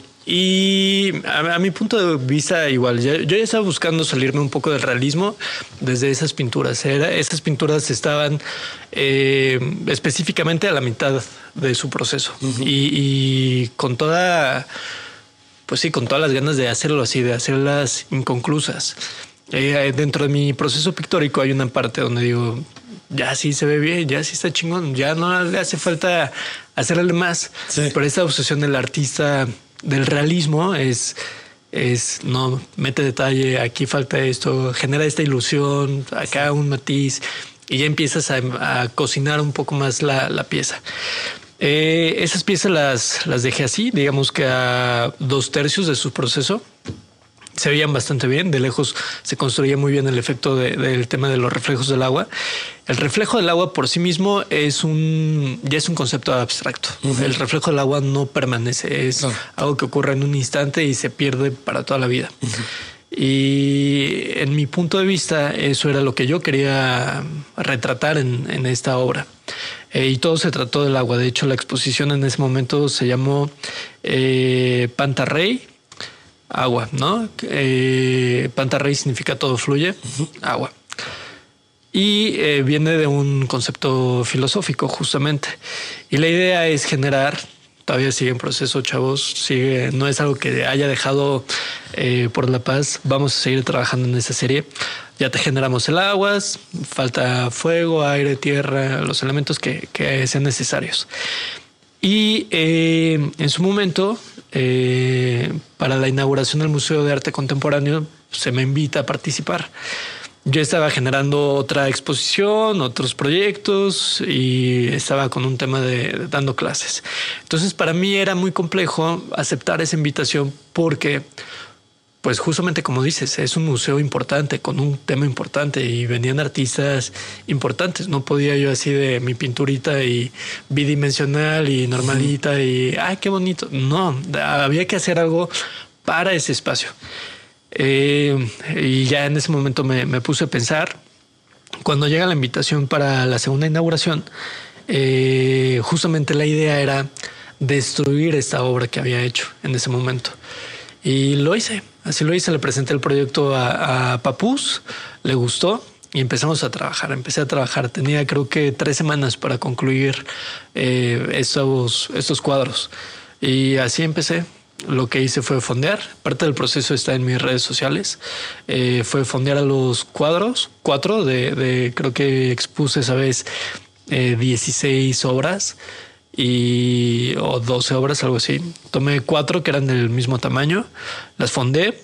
Y a mi punto de vista, igual, yo ya estaba buscando salirme un poco del realismo desde esas pinturas. Esas pinturas estaban específicamente a la mitad de su proceso. Y con toda, pues sí, con todas las ganas de hacerlo así, de hacerlas inconclusas. Dentro de mi proceso pictórico hay una parte donde digo, ya sí se ve bien, ya sí está chingón, ya no le hace falta hacerle más. Sí. Pero esta obsesión del artista del realismo es no, mete detalle, aquí falta esto, genera esta ilusión, acá un matiz, y ya empiezas a cocinar un poco más la pieza. Esas piezas las dejé así, digamos que a 2/3 de su proceso. Se veían bastante bien, de lejos se construía muy bien el efecto del tema de los reflejos del agua. El reflejo del agua por sí mismo ya es un concepto abstracto. El reflejo del agua no permanece, es algo que ocurre en un instante y se pierde para toda la vida. Y en mi punto de vista, eso era lo que yo quería retratar en esta obra. Y todo se trató del agua. De hecho, la exposición en ese momento se llamó Pantarrey, agua, ¿no? Pantarrey significa todo fluye, agua. Y viene de un concepto filosófico, justamente. Y la idea es generar, todavía sigue en proceso, chavos, no es algo que haya dejado por la paz. Vamos a seguir trabajando en esa serie. Ya te generamos el agua, falta fuego, aire, tierra, los elementos que sean necesarios. Y en su momento, para la inauguración del Museo de Arte Contemporáneo, se me invita a participar. Yo estaba generando otra exposición, otros proyectos y estaba con un tema de dando clases. Entonces, para mí era muy complejo aceptar esa invitación porque, pues justamente como dices, es un museo importante con un tema importante y venían artistas importantes. No podía yo así de mi pinturita y bidimensional y normalita y ¡ay, qué bonito! No, había que hacer algo para ese espacio. Y ya en ese momento me puse a pensar. Cuando llega la invitación para la segunda inauguración, justamente la idea era destruir esta obra que había hecho en ese momento. Y lo hice, así lo hice, le presenté el proyecto a Papús, le gustó y empezamos a trabajar. Empecé a trabajar, tenía creo que 3 semanas para concluir estos cuadros y así empecé. Lo que hice fue fondear, parte del proceso está en mis redes sociales, fue fondear a los cuadros, 4 creo que expuse esa vez 16 obras. O 12 obras, algo así. Tomé 4 que eran del mismo tamaño, las fondé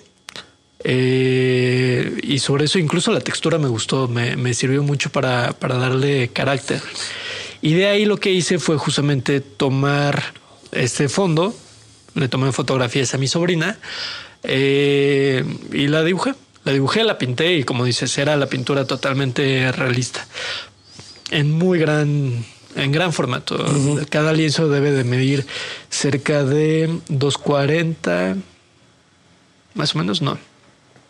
y sobre eso incluso la textura me gustó, me sirvió mucho para darle carácter. Y de ahí lo que hice fue justamente tomar este fondo, le tomé fotografías a mi sobrina y la dibujé, la pinté y como dices, era la pintura totalmente realista, en gran formato. Cada lienzo debe de medir cerca de 240, más o menos, no.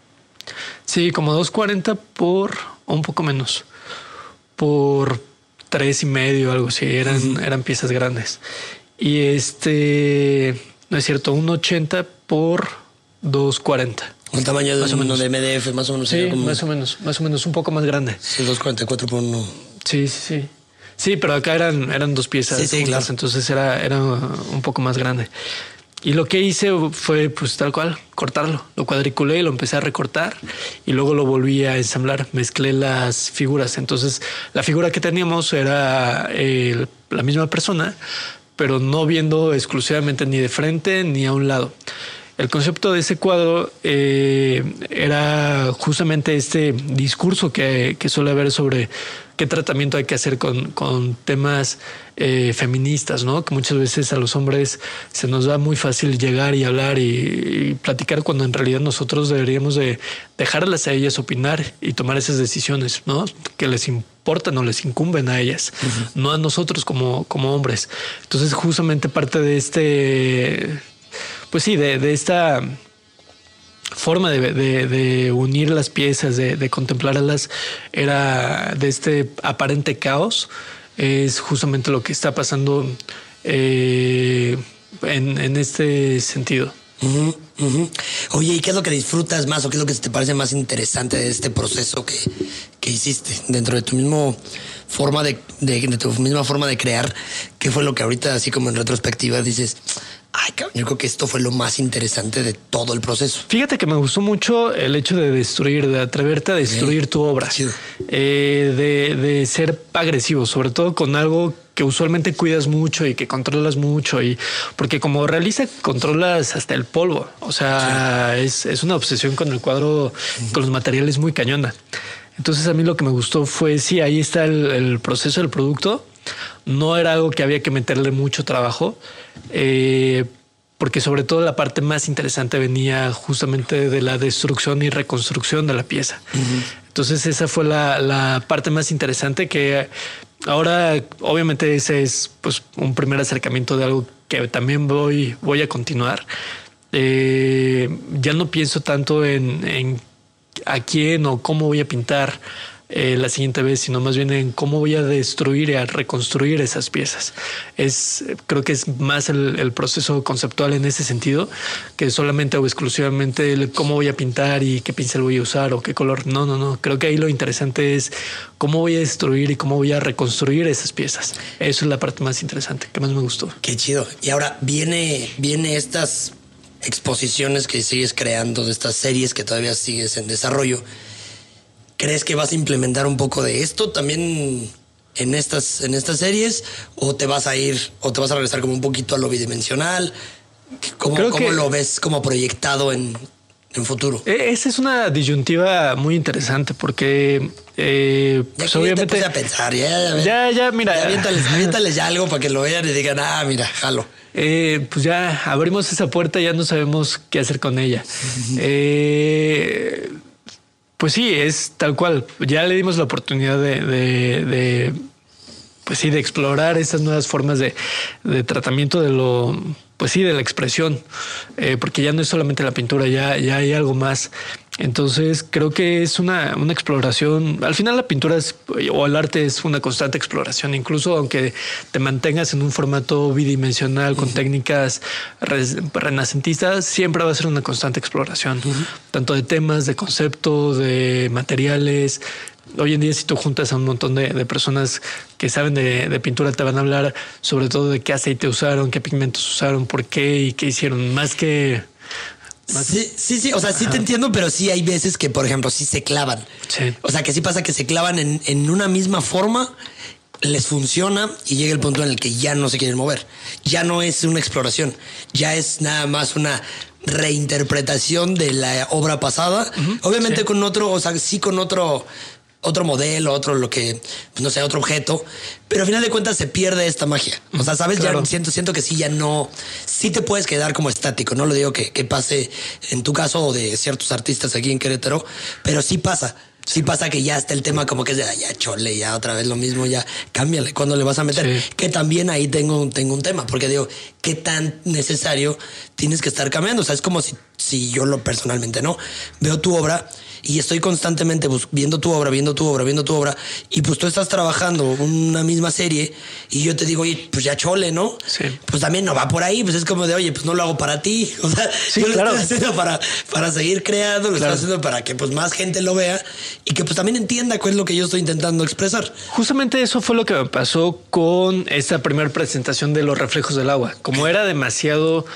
Sí, como 2.40 por, o un poco menos, por 3.5, algo así. Eran piezas grandes. Y no es cierto, 1.80 por 2.40. El tamaño más o menos de MDF, más o menos. Sí, como... más o menos, un poco más grande. Sí, 2.44 por 1. Sí. Sí, pero acá eran 2 piezas. Sí, juntas, claro. Entonces era un poco más grande. Y lo que hice fue, pues tal cual, cortarlo. Lo cuadriculé y lo empecé a recortar y luego lo volví a ensamblar. Mezclé las figuras. Entonces, la figura que teníamos era la misma persona, pero no viendo exclusivamente ni de frente ni a un lado. El concepto de ese cuadro era justamente este discurso que suele haber sobre qué tratamiento hay que hacer con temas feministas, ¿no? Que muchas veces a los hombres se nos da muy fácil llegar y hablar y platicar, cuando en realidad nosotros deberíamos de dejarlas a ellas opinar y tomar esas decisiones, ¿no? Que les importan o les incumben a ellas, no a nosotros como hombres. Entonces, justamente parte de pues sí, de esta forma de unir las piezas, de contemplarlas, era de este aparente caos, es justamente lo que está pasando en este sentido. Oye, ¿y qué es lo que disfrutas más o qué es lo que te parece más interesante de este proceso que hiciste dentro de tu mismo forma de tu misma forma de crear? ¿Qué fue lo que ahorita, así como en retrospectiva, dices, ay, cabrón, yo creo que esto fue lo más interesante de todo el proceso? Fíjate que me gustó mucho el hecho de destruir, de atreverte a destruir tu obra, de ser agresivo, sobre todo con algo que usualmente cuidas mucho y que controlas mucho, y porque como realista controlas hasta el polvo. O sea, es una obsesión con el cuadro, con los materiales muy cañona. Entonces a mí lo que me gustó fue, sí, ahí está el proceso del producto. No era algo que había que meterle mucho trabajo, porque sobre todo la parte más interesante venía justamente de la destrucción y reconstrucción de la pieza. Entonces esa fue la parte más interesante, que ahora obviamente ese es pues un primer acercamiento de algo que también voy a continuar. Ya no pienso tanto en a quién o cómo voy a pintar la siguiente vez, sino más bien en cómo voy a destruir y a reconstruir esas piezas. Creo que es más el proceso conceptual en ese sentido, que solamente o exclusivamente el cómo voy a pintar y qué pincel voy a usar o qué color. No. Creo que ahí lo interesante es cómo voy a destruir y cómo voy a reconstruir esas piezas. Eso es la parte más interesante, que más me gustó. Qué chido. Y ahora viene estas exposiciones que sigues creando, de estas series que todavía sigues en desarrollo. ¿Crees que vas a implementar un poco de esto también en estas series? ¿O te vas a regresar como un poquito a lo bidimensional? ¿Cómo lo ves como proyectado en futuro? Esa es una disyuntiva muy interesante, porque pues obviamente te puse a pensar, mira, aviéntales ya algo para que lo vean y digan, mira, jalo. Pues ya abrimos esa puerta, ya no sabemos qué hacer con ella. Pues sí, es tal cual. Ya le dimos la oportunidad de explorar estas nuevas formas de tratamiento de de la expresión, porque ya no es solamente la pintura, ya hay algo más. Entonces creo que es una exploración. Al final la pintura o el arte es una constante exploración, incluso aunque te mantengas en un formato bidimensional con técnicas renacentistas, siempre va a ser una constante exploración, tanto de temas, de conceptos, de materiales. Hoy en día, si tú juntas a un montón de personas que saben de pintura, te van a hablar sobre todo de qué aceite usaron, qué pigmentos usaron, por qué y qué hicieron, más que... Sí, o sea, sí te entiendo, pero sí hay veces que, por ejemplo, sí se clavan. Sí. O sea, que sí pasa que se clavan en una misma forma, les funciona y llega el punto en el que ya no se quieren mover. Ya no es una exploración, ya es nada más una reinterpretación de la obra pasada. Obviamente con otro, o sea, sí con otro modelo, otro objeto, pero al final de cuentas se pierde esta magia. O sea, ¿sabes? Claro. Ya siento que sí te puedes quedar como estático. No lo digo que pase en tu caso o de ciertos artistas aquí en Querétaro, pero sí pasa. Sí pasa que ya está el tema como que es de ya chole, ya otra vez lo mismo, ya cámbiale cuando le vas a meter. Sí. Que también ahí tengo un tema, porque digo, ¿qué tan necesario tienes que estar cambiando? O sea, es como si yo personalmente no veo tu obra y estoy constantemente viendo tu obra, y pues tú estás trabajando una misma serie y yo te digo, oye, pues ya chole, ¿no? Sí. Pues también no va por ahí, pues es como de, oye, pues no lo hago para ti. O sea, sí, yo claro. lo estoy haciendo para seguir creando, lo estoy haciendo para que pues más gente lo vea y que pues también entienda cuál es lo que yo estoy intentando expresar. Justamente eso fue lo que me pasó con esta primera presentación de Los Reflejos del Agua. Como era demasiado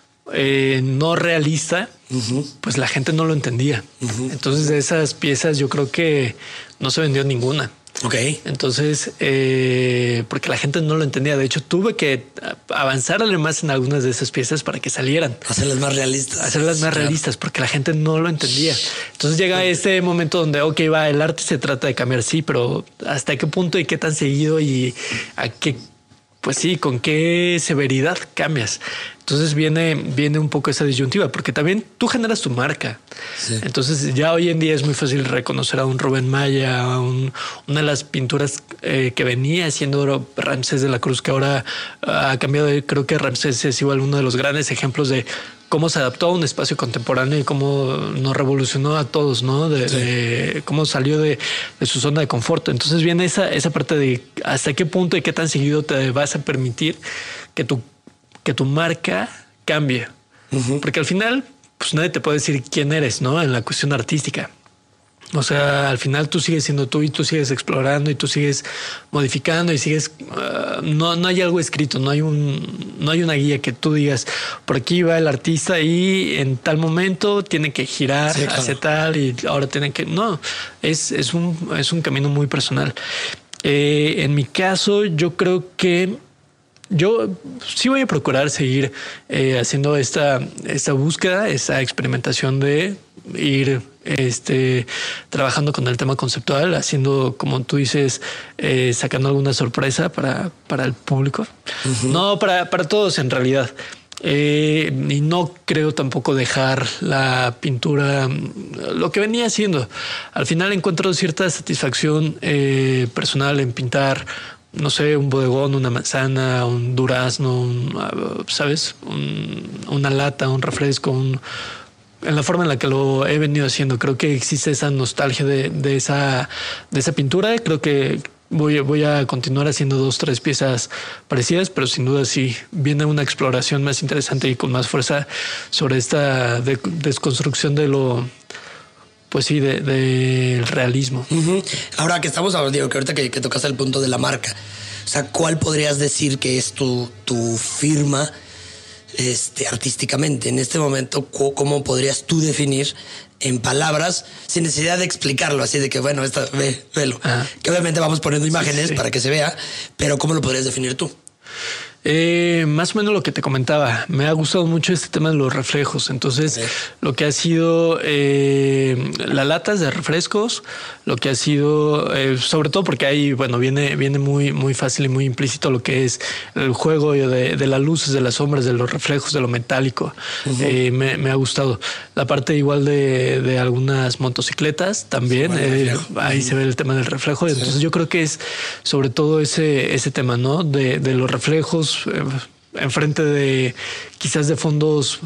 no realista, pues la gente no lo entendía. Entonces de esas piezas yo creo que no se vendió ninguna. Ok. Entonces, porque la gente no lo entendía. De hecho, tuve que avanzarle más en algunas de esas piezas para que salieran. Hacerlas más realistas. Hacerlas más realistas, porque la gente no lo entendía. Entonces llega este momento donde, ok, va, el arte se trata de cambiar, sí, pero ¿hasta qué punto y qué tan seguido y a qué, pues sí, con qué severidad cambias? Entonces viene un poco esa disyuntiva, porque también tú generas tu marca. Sí. Entonces ya hoy en día es muy fácil reconocer a un Rubén Maya, a una de las pinturas que venía siendo Ramsés de la Cruz, que ahora ha cambiado. Creo que Ramsés es igual uno de los grandes ejemplos de cómo se adaptó a un espacio contemporáneo y cómo nos revolucionó a todos, ¿no? De cómo salió de su zona de confort. Entonces viene esa parte de hasta qué punto y qué tan seguido te vas a permitir que tu marca cambie. Porque al final, pues nadie te puede decir quién eres, ¿no? En la cuestión artística. O sea, al final tú sigues siendo tú y tú sigues explorando y tú sigues modificando y sigues... no hay algo escrito, no hay una guía que tú digas, por aquí va el artista y en tal momento tiene que girar hacia tal y ahora tiene que... No, es un camino muy personal. En mi caso, yo creo que yo sí voy a procurar seguir haciendo esta búsqueda, esta experimentación de ir trabajando con el tema conceptual, haciendo, como tú dices, sacando alguna sorpresa para el público. No, para todos en realidad. Y no creo tampoco dejar la pintura, lo que venía haciendo. Al final encuentro cierta satisfacción personal en pintar, no sé, un bodegón, una manzana, un durazno, ¿sabes? Una lata, un refresco, en la forma en la que lo he venido haciendo. Creo que existe esa nostalgia de esa pintura. Creo que voy a continuar haciendo 2-3 piezas parecidas, pero sin duda sí viene una exploración más interesante y con más fuerza sobre esta desconstrucción de lo... Pues sí, del realismo. Ahora que estamos hablando, digo, que ahorita que tocaste el punto de la marca, o sea, ¿cuál podrías decir que es tu firma artísticamente? En este momento, ¿cómo podrías tú definir en palabras, sin necesidad de explicarlo, así de que, bueno, velo? Que obviamente vamos poniendo imágenes para que se vea, pero ¿cómo lo podrías definir tú? Más o menos lo que te comentaba. Me ha gustado mucho este tema de los reflejos. Entonces, lo que ha sido las latas de refrescos, lo que ha sido, sobre todo porque ahí, bueno, viene muy, muy fácil y muy implícito lo que es el juego de las luces, de las sombras, de los reflejos, de lo metálico. Me ha gustado. La parte igual de algunas motocicletas también. Ahí se ve el tema del reflejo. Entonces, yo creo que es sobre todo ese tema, ¿no? De los reflejos enfrente de quizás de fondos,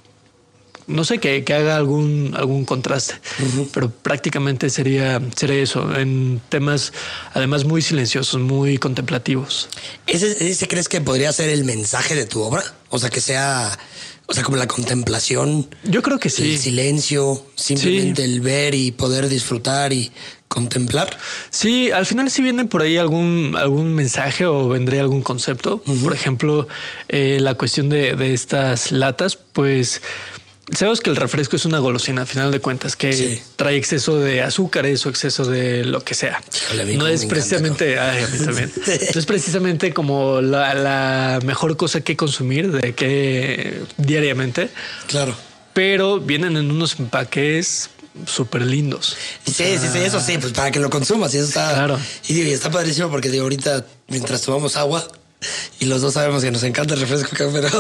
no sé, que haga algún contraste, pero prácticamente sería eso, en temas además muy silenciosos, muy contemplativos. ¿Ese crees que podría ser el mensaje de tu obra? O sea, que sea... O sea, como la contemplación. Yo creo que sí. El silencio, simplemente el ver y poder disfrutar y contemplar. Sí, al final sí viene por ahí algún mensaje o vendría algún concepto. Por ejemplo, la cuestión de estas latas, pues... Sabemos que el refresco es una golosina, a final de cuentas, que trae exceso de azúcares o exceso de lo que sea. No es precisamente... a mí también. No es precisamente como la mejor cosa que consumir diariamente. Claro. Pero vienen en unos empaques súper lindos. Sí, eso sí, pues para que lo consumas. Y eso está... Claro. Y está padrísimo porque ahorita, mientras tomamos agua, y los dos sabemos que nos encanta el refresco,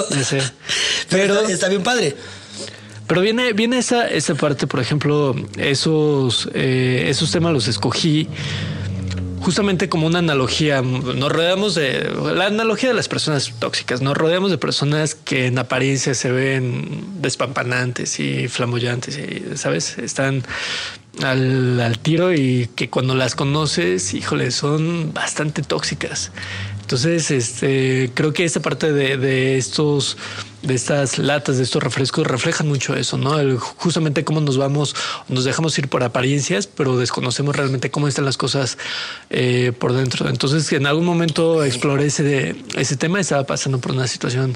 pero está bien padre. Pero viene esa parte, por ejemplo, esos temas los escogí justamente como una analogía. Nos rodeamos de la analogía de las personas tóxicas. Nos rodeamos de personas que en apariencia se ven despampanantes y flamboyantes y, ¿sabes? Están al tiro y que cuando las conoces, híjole, son bastante tóxicas. Entonces, creo que esta parte de estas latas, de estos refrescos, reflejan mucho eso, ¿no? Justamente cómo nos dejamos ir por apariencias, pero desconocemos realmente cómo están las cosas por dentro. Entonces, en algún momento exploré ese tema, estaba pasando por una situación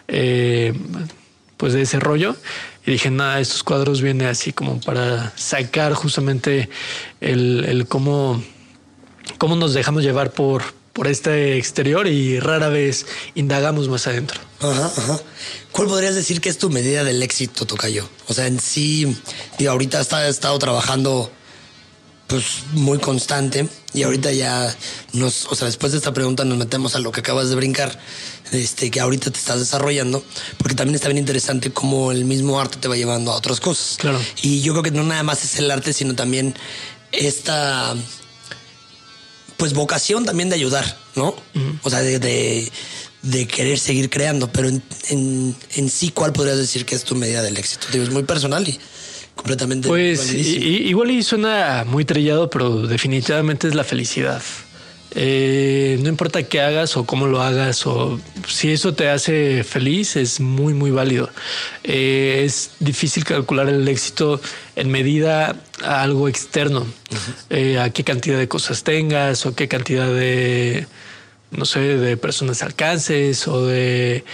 pues de ese rollo. Y dije, nada, estos cuadros vienen así como para sacar justamente el cómo nos dejamos llevar por este exterior y rara vez indagamos más adentro. Ajá. ¿Cuál podrías decir que es tu medida del éxito, tocayo? O sea, en sí, ahorita he estado trabajando pues muy constante y ahorita ya después de esta pregunta nos metemos a lo que acabas de brincar, que ahorita te estás desarrollando, porque también está bien interesante cómo el mismo arte te va llevando a otras cosas. Claro. Y yo creo que no nada más es el arte, sino también esta pues vocación también de ayudar, ¿no? Uh-huh. O sea, de querer seguir creando, pero en sí, ¿cuál podrías decir que es tu medida del éxito? Digo, es muy personal y completamente. Pues igual y suena muy trillado, pero definitivamente es la felicidad. No importa qué hagas o cómo lo hagas o si eso te hace feliz, es muy, muy válido. Es difícil calcular el éxito en medida a algo externo, uh-huh. A qué cantidad de cosas tengas o qué cantidad de, no sé, de personas alcances o de,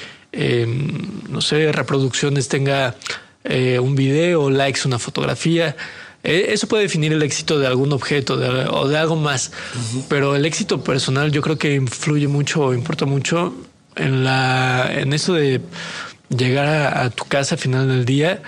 no sé, reproducciones tenga un video, likes, una fotografía. Eso puede definir el éxito de algún objeto o de algo más, uh-huh. Pero el éxito personal yo creo que influye mucho o importa mucho en eso de llegar a tu casa al final del día,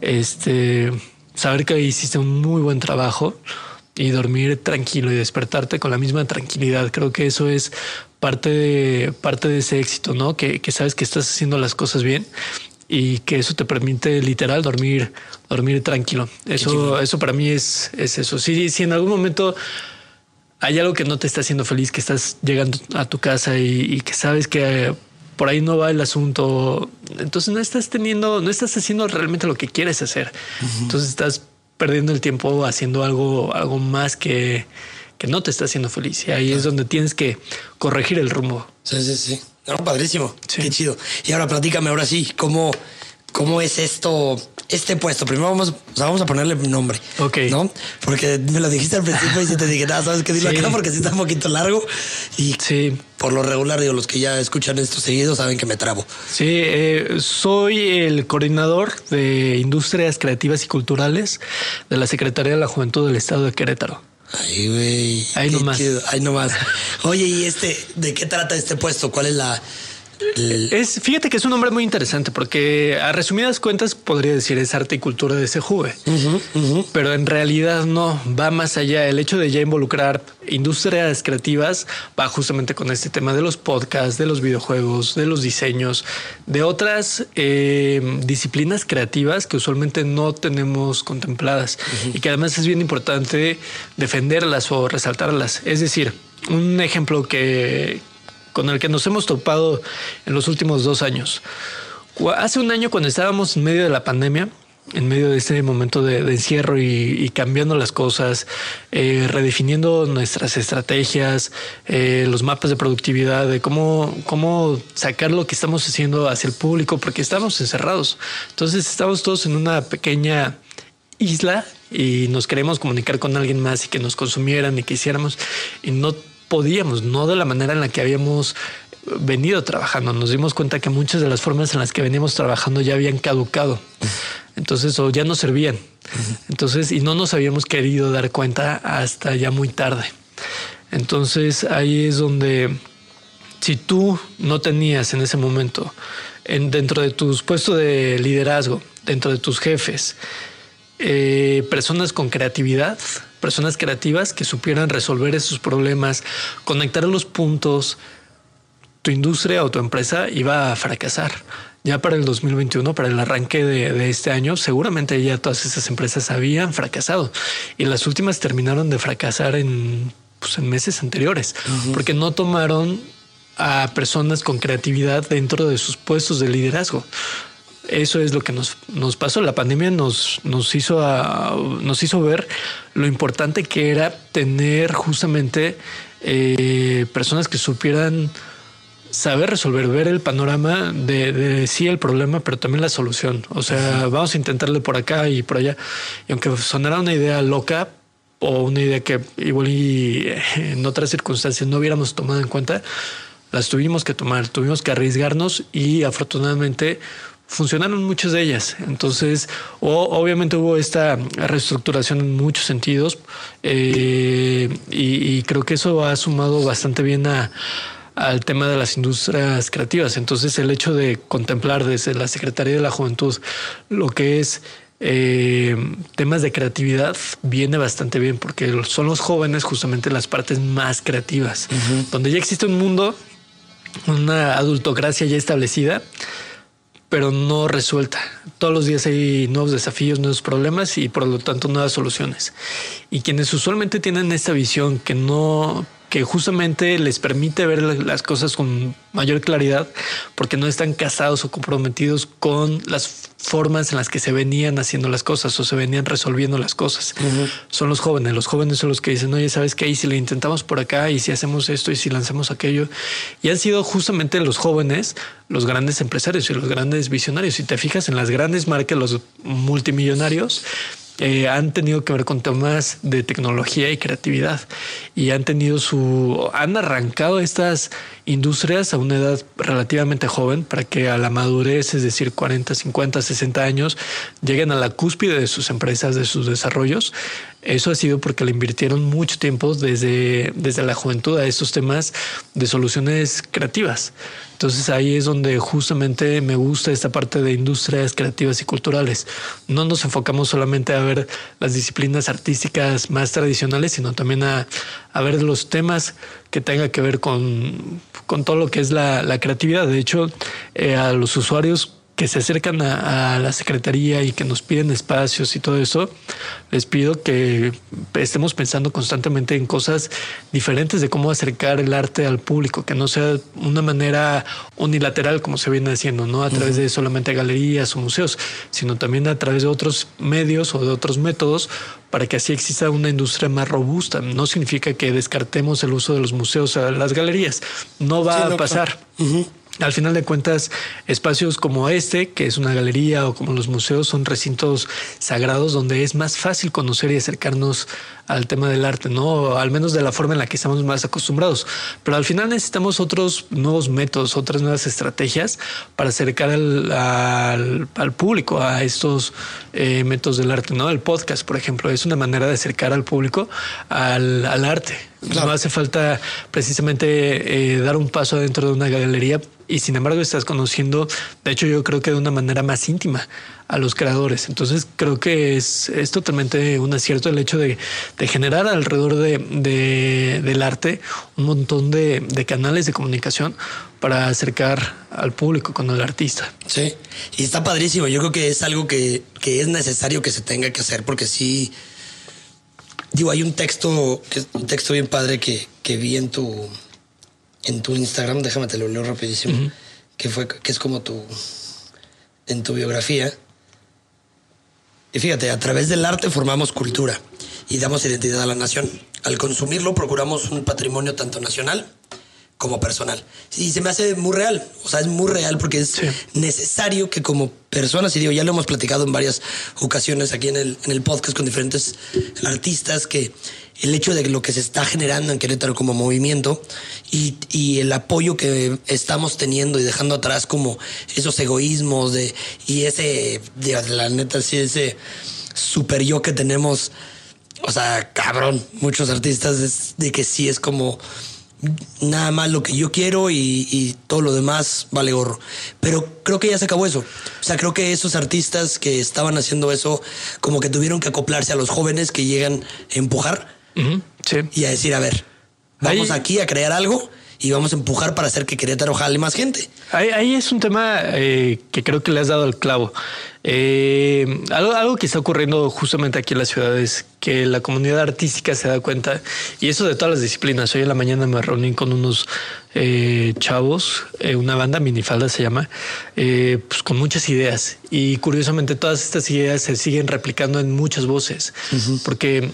saber que hiciste un muy buen trabajo y dormir tranquilo y despertarte con la misma tranquilidad. Creo que eso es parte de ese éxito, ¿no? Que sabes que estás haciendo las cosas bien y que eso te permite literal dormir tranquilo. Eso para mí es eso. Si en algún momento hay algo que no te está haciendo feliz, que estás llegando a tu casa y que sabes que por ahí no va el asunto, entonces no estás haciendo realmente lo que quieres hacer. Uh-huh. Entonces estás perdiendo el tiempo haciendo algo más que no te está haciendo feliz. Y ahí es donde tienes que corregir el rumbo. Sí. No, padrísimo. Sí. Qué chido. Y ahora platícame, ahora sí, ¿cómo es este puesto? Primero vamos a ponerle nombre. Ok. ¿No? Porque me lo dijiste al principio y te dije, nada, sabes qué, dilo acá porque sí está un poquito largo. Y sí, por lo regular, los que ya escuchan esto seguido saben que me trabo. Sí, soy el coordinador de Industrias Creativas y Culturales de la Secretaría de la Juventud del Estado de Querétaro. Ay, güey. Ahí nomás. Chido. Ahí nomás. Oye, ¿y de qué trata este puesto? ¿Cuál es la...? Fíjate que es un nombre muy interesante porque a resumidas cuentas podría decir es arte y cultura de SEJUVE, uh-huh, uh-huh. Pero en realidad no, va más allá. El hecho de ya involucrar industrias creativas va justamente con este tema de los podcasts, de los videojuegos, de los diseños, de otras disciplinas creativas que usualmente no tenemos contempladas, uh-huh. Y que además es bien importante defenderlas o resaltarlas. Es decir, un ejemplo con el que nos hemos topado en los últimos 2 años. Hace un año, cuando estábamos en medio de la pandemia, en medio de este momento de encierro y cambiando las cosas, redefiniendo nuestras estrategias, los mapas de productividad, de cómo sacar lo que estamos haciendo hacia el público, porque estamos encerrados. Entonces estamos todos en una pequeña isla y nos queremos comunicar con alguien más y que nos consumieran y que hiciéramos, y no podíamos, no de la manera en la que habíamos venido trabajando. Nos dimos cuenta que muchas de las formas en las que veníamos trabajando ya habían caducado. Entonces, o ya no servían. Entonces, y no nos habíamos querido dar cuenta hasta ya muy tarde. Entonces, ahí es donde, si tú no tenías en ese momento, dentro de tus puestos de liderazgo, dentro de tus jefes, personas con creatividad, personas creativas que supieran resolver esos problemas, conectar los puntos, tu industria o tu empresa iba a fracasar. Ya para el 2021, para el arranque de este año, seguramente ya todas esas empresas habían fracasado y las últimas terminaron de fracasar en meses anteriores, uh-huh. Porque no tomaron a personas con creatividad dentro de sus puestos de liderazgo. eso es lo que nos pasó. La pandemia nos hizo ver lo importante que era tener justamente personas que supieran saber resolver, ver el panorama de sí el problema, pero también la solución. O sea, vamos a intentarle por acá y por allá. Y aunque sonara una idea loca o una idea que igual y en otras circunstancias no hubiéramos tomado en cuenta, las tuvimos que tomar, tuvimos que arriesgarnos y afortunadamente funcionaron muchas de ellas. Entonces, obviamente hubo esta reestructuración en muchos sentidos y creo que eso ha sumado bastante bien al tema de las industrias creativas. Entonces, el hecho de contemplar desde la Secretaría de la Juventud lo que es temas de creatividad viene bastante bien, porque son los jóvenes justamente las partes más creativas, donde ya existe un mundo, una adultocracia ya establecida, pero no resuelta. Todos los días hay nuevos desafíos, nuevos problemas y por lo tanto nuevas soluciones. Y quienes usualmente tienen esta visión que justamente les permite ver las cosas con mayor claridad porque no están casados o comprometidos con las formas en las que se venían haciendo las cosas o se venían resolviendo las cosas. Son los jóvenes. Los jóvenes son los que dicen, oye, ¿sabes qué? Y si lo intentamos por acá, y si hacemos esto, y si lanzamos aquello. Y han sido justamente los jóvenes los grandes empresarios y los grandes visionarios. Si te fijas en las grandes marcas, los multimillonarios, han tenido que ver con temas de tecnología y creatividad y han arrancado estas industrias a una edad relativamente joven para que a la madurez, es decir, 40, 50, 60 años, lleguen a la cúspide de sus empresas, de sus desarrollos. Eso ha sido porque le invirtieron mucho tiempo desde la juventud a estos temas de soluciones creativas. Entonces ahí es donde justamente me gusta esta parte de industrias creativas y culturales. No nos enfocamos solamente a ver las disciplinas artísticas más tradicionales, sino también a ver los temas que tenga que ver con todo lo que es la creatividad. De hecho, a los usuarios que se acercan a la Secretaría y que nos piden espacios y todo eso, les pido que estemos pensando constantemente en cosas diferentes de cómo acercar el arte al público, que no sea una manera unilateral como se viene haciendo, no a través de solamente galerías o museos, sino también a través de otros medios o de otros métodos para que así exista una industria más robusta. No significa que descartemos el uso de los museos a las galerías. No va a pasar. Al final de cuentas, espacios como este, que es una galería, o como los museos, son recintos sagrados donde es más fácil conocer y acercarnos al tema del arte, ¿no? Al menos de la forma en la que estamos más acostumbrados. Pero al final necesitamos otros nuevos métodos, otras nuevas estrategias para acercar al público a estos métodos del arte, ¿no? El podcast, por ejemplo, es una manera de acercar al público al arte. Claro. No hace falta precisamente dar un paso adentro de una galería y sin embargo estás conociendo, de hecho yo creo que de una manera más íntima a los creadores. Entonces creo que es totalmente un acierto el hecho de generar alrededor del arte un montón de canales de comunicación para acercar al público con el artista. Sí, y está padrísimo. Yo creo que es algo que es necesario que se tenga que hacer porque sí. Digo, hay un texto bien padre que vi en tu Instagram, déjame te lo leo rapidísimo, que es como en tu biografía. Y fíjate, a través del arte formamos cultura y damos identidad a la nación. Al consumirlo procuramos un patrimonio tanto nacional como personal. Y se me hace muy real. O sea, es muy real porque es necesario que como personas, y digo, ya lo hemos platicado en varias ocasiones aquí en el podcast con diferentes artistas, que el hecho de lo que se está generando en Querétaro como movimiento y el apoyo que estamos teniendo y dejando atrás como esos egoísmos y la neta, sí, ese super yo que tenemos, o sea, cabrón, muchos artistas de que sí es como nada más lo que yo quiero y todo lo demás vale gorro. Pero creo que ya se acabó eso. O sea, creo que esos artistas que estaban haciendo eso como que tuvieron que acoplarse a los jóvenes que llegan a empujar y a decir, a ver, vamos aquí a crear algo y vamos a empujar para hacer que Querétaro jale más gente. Ahí es un tema que creo que le has dado al clavo. Algo que está ocurriendo justamente aquí en la ciudad es que la comunidad artística se da cuenta, y eso de todas las disciplinas. Hoy en la mañana me reuní con unos chavos, una banda, Minifalda se llama, pues con muchas ideas, y curiosamente todas estas ideas se siguen replicando en muchas voces, porque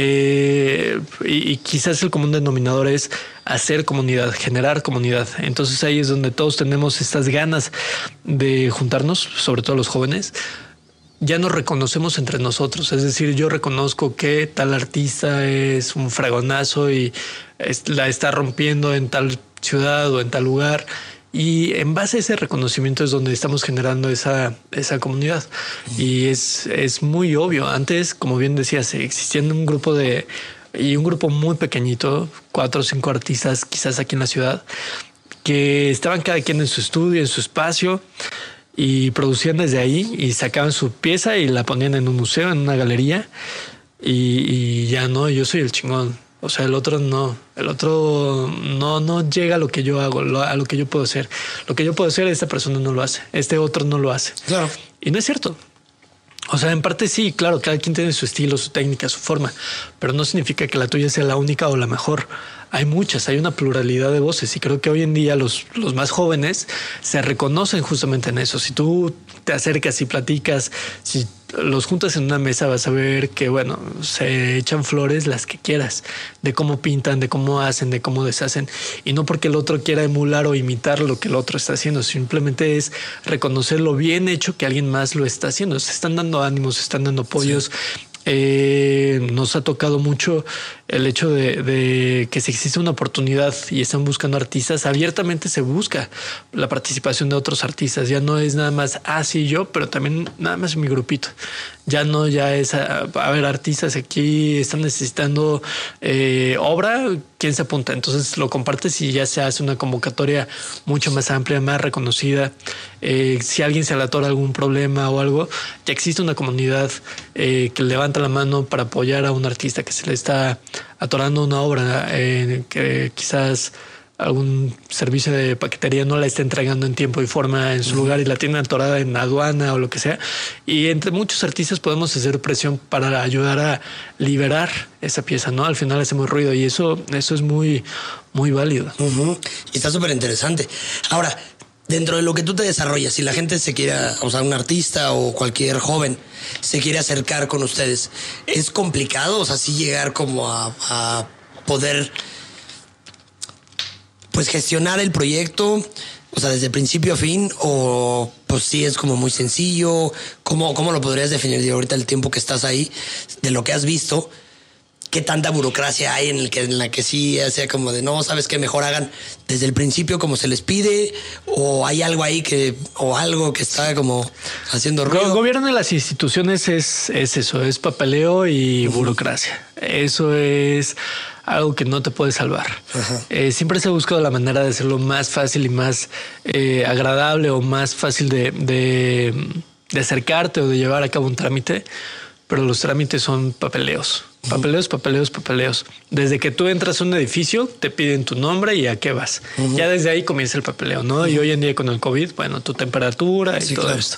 y quizás el común denominador es hacer comunidad, generar comunidad. Entonces ahí es donde todos tenemos estas ganas de juntarnos, sobre todo los jóvenes. Ya nos reconocemos entre nosotros, es decir, yo reconozco que tal artista es un fregonazo y la está rompiendo en tal ciudad o en tal lugar, y en base a ese reconocimiento es donde estamos generando esa comunidad. Y es muy obvio. Antes, como bien decías, existiendo un grupo muy pequeñito, 4 o 5 artistas quizás aquí en la ciudad, que estaban cada quien en su estudio, en su espacio, y producían desde ahí y sacaban su pieza y la ponían en un museo, en una galería, y ya no, yo soy el chingón. O sea, el otro no llega a lo que yo hago, a lo que yo puedo hacer. Lo que yo puedo hacer, esta persona no lo hace, este otro no lo hace. Claro. Y no es cierto. O sea, en parte sí, claro, cada quien tiene su estilo, su técnica, su forma, pero no significa que la tuya sea la única o la mejor. Hay muchas, hay una pluralidad de voces, y creo que hoy en día los más jóvenes se reconocen justamente en eso. Si tú te acercas y platicas, si los juntas en una mesa, vas a ver que, bueno, se echan flores las que quieras, de cómo pintan, de cómo hacen, de cómo deshacen, y no porque el otro quiera emular o imitar lo que el otro está haciendo, simplemente es reconocer lo bien hecho que alguien más lo está haciendo. Se están dando ánimos, se están dando apoyos. Sí. Nos ha tocado mucho el hecho de que si existe una oportunidad y están buscando artistas, abiertamente se busca la participación de otros artistas. Ya no es nada más sí yo, pero también nada más mi grupito. Ya es a ver, artistas aquí están necesitando obra, ¿quién se apunta? Entonces lo compartes y ya se hace una convocatoria mucho más amplia, más reconocida. Si alguien se le atora algún problema o algo, ya existe una comunidad que levanta la mano para apoyar a un artista que se le está atorando una obra, que quizás algún servicio de paquetería no la está entregando en tiempo y forma en su lugar y la tiene atorada en aduana o lo que sea. Y entre muchos artistas podemos hacer presión para ayudar a liberar esa pieza, ¿no? Al final hacemos ruido, y eso es muy, muy válido. Y está súper interesante. Ahora, dentro de lo que tú te desarrollas, si la gente se quiere, o sea, un artista o cualquier joven se quiere acercar con ustedes, ¿es complicado? O sea, sí llegar como a poder, pues, gestionar el proyecto, o sea, desde principio a fin, o pues sí es como muy sencillo. ¿Cómo lo podrías definir? De ahorita el tiempo que estás ahí, de lo que has visto, ¿qué tanta burocracia hay en la que sí sea como de no, sabes qué, mejor hagan desde el principio como se les pide? ¿O hay algo ahí o algo que está como haciendo ruido? El gobierno de las instituciones es eso, es papeleo y burocracia. Eso es algo que no te puede salvar. Siempre se ha buscado la manera de hacerlo más fácil y más agradable, o más fácil de acercarte o de llevar a cabo un trámite, pero los trámites son papeleos. Papeleos. Desde que tú entras a un edificio, te piden tu nombre y a qué vas. Ya desde ahí comienza el papeleo, ¿no? Y hoy en día con el COVID, bueno, tu temperatura y todo esto.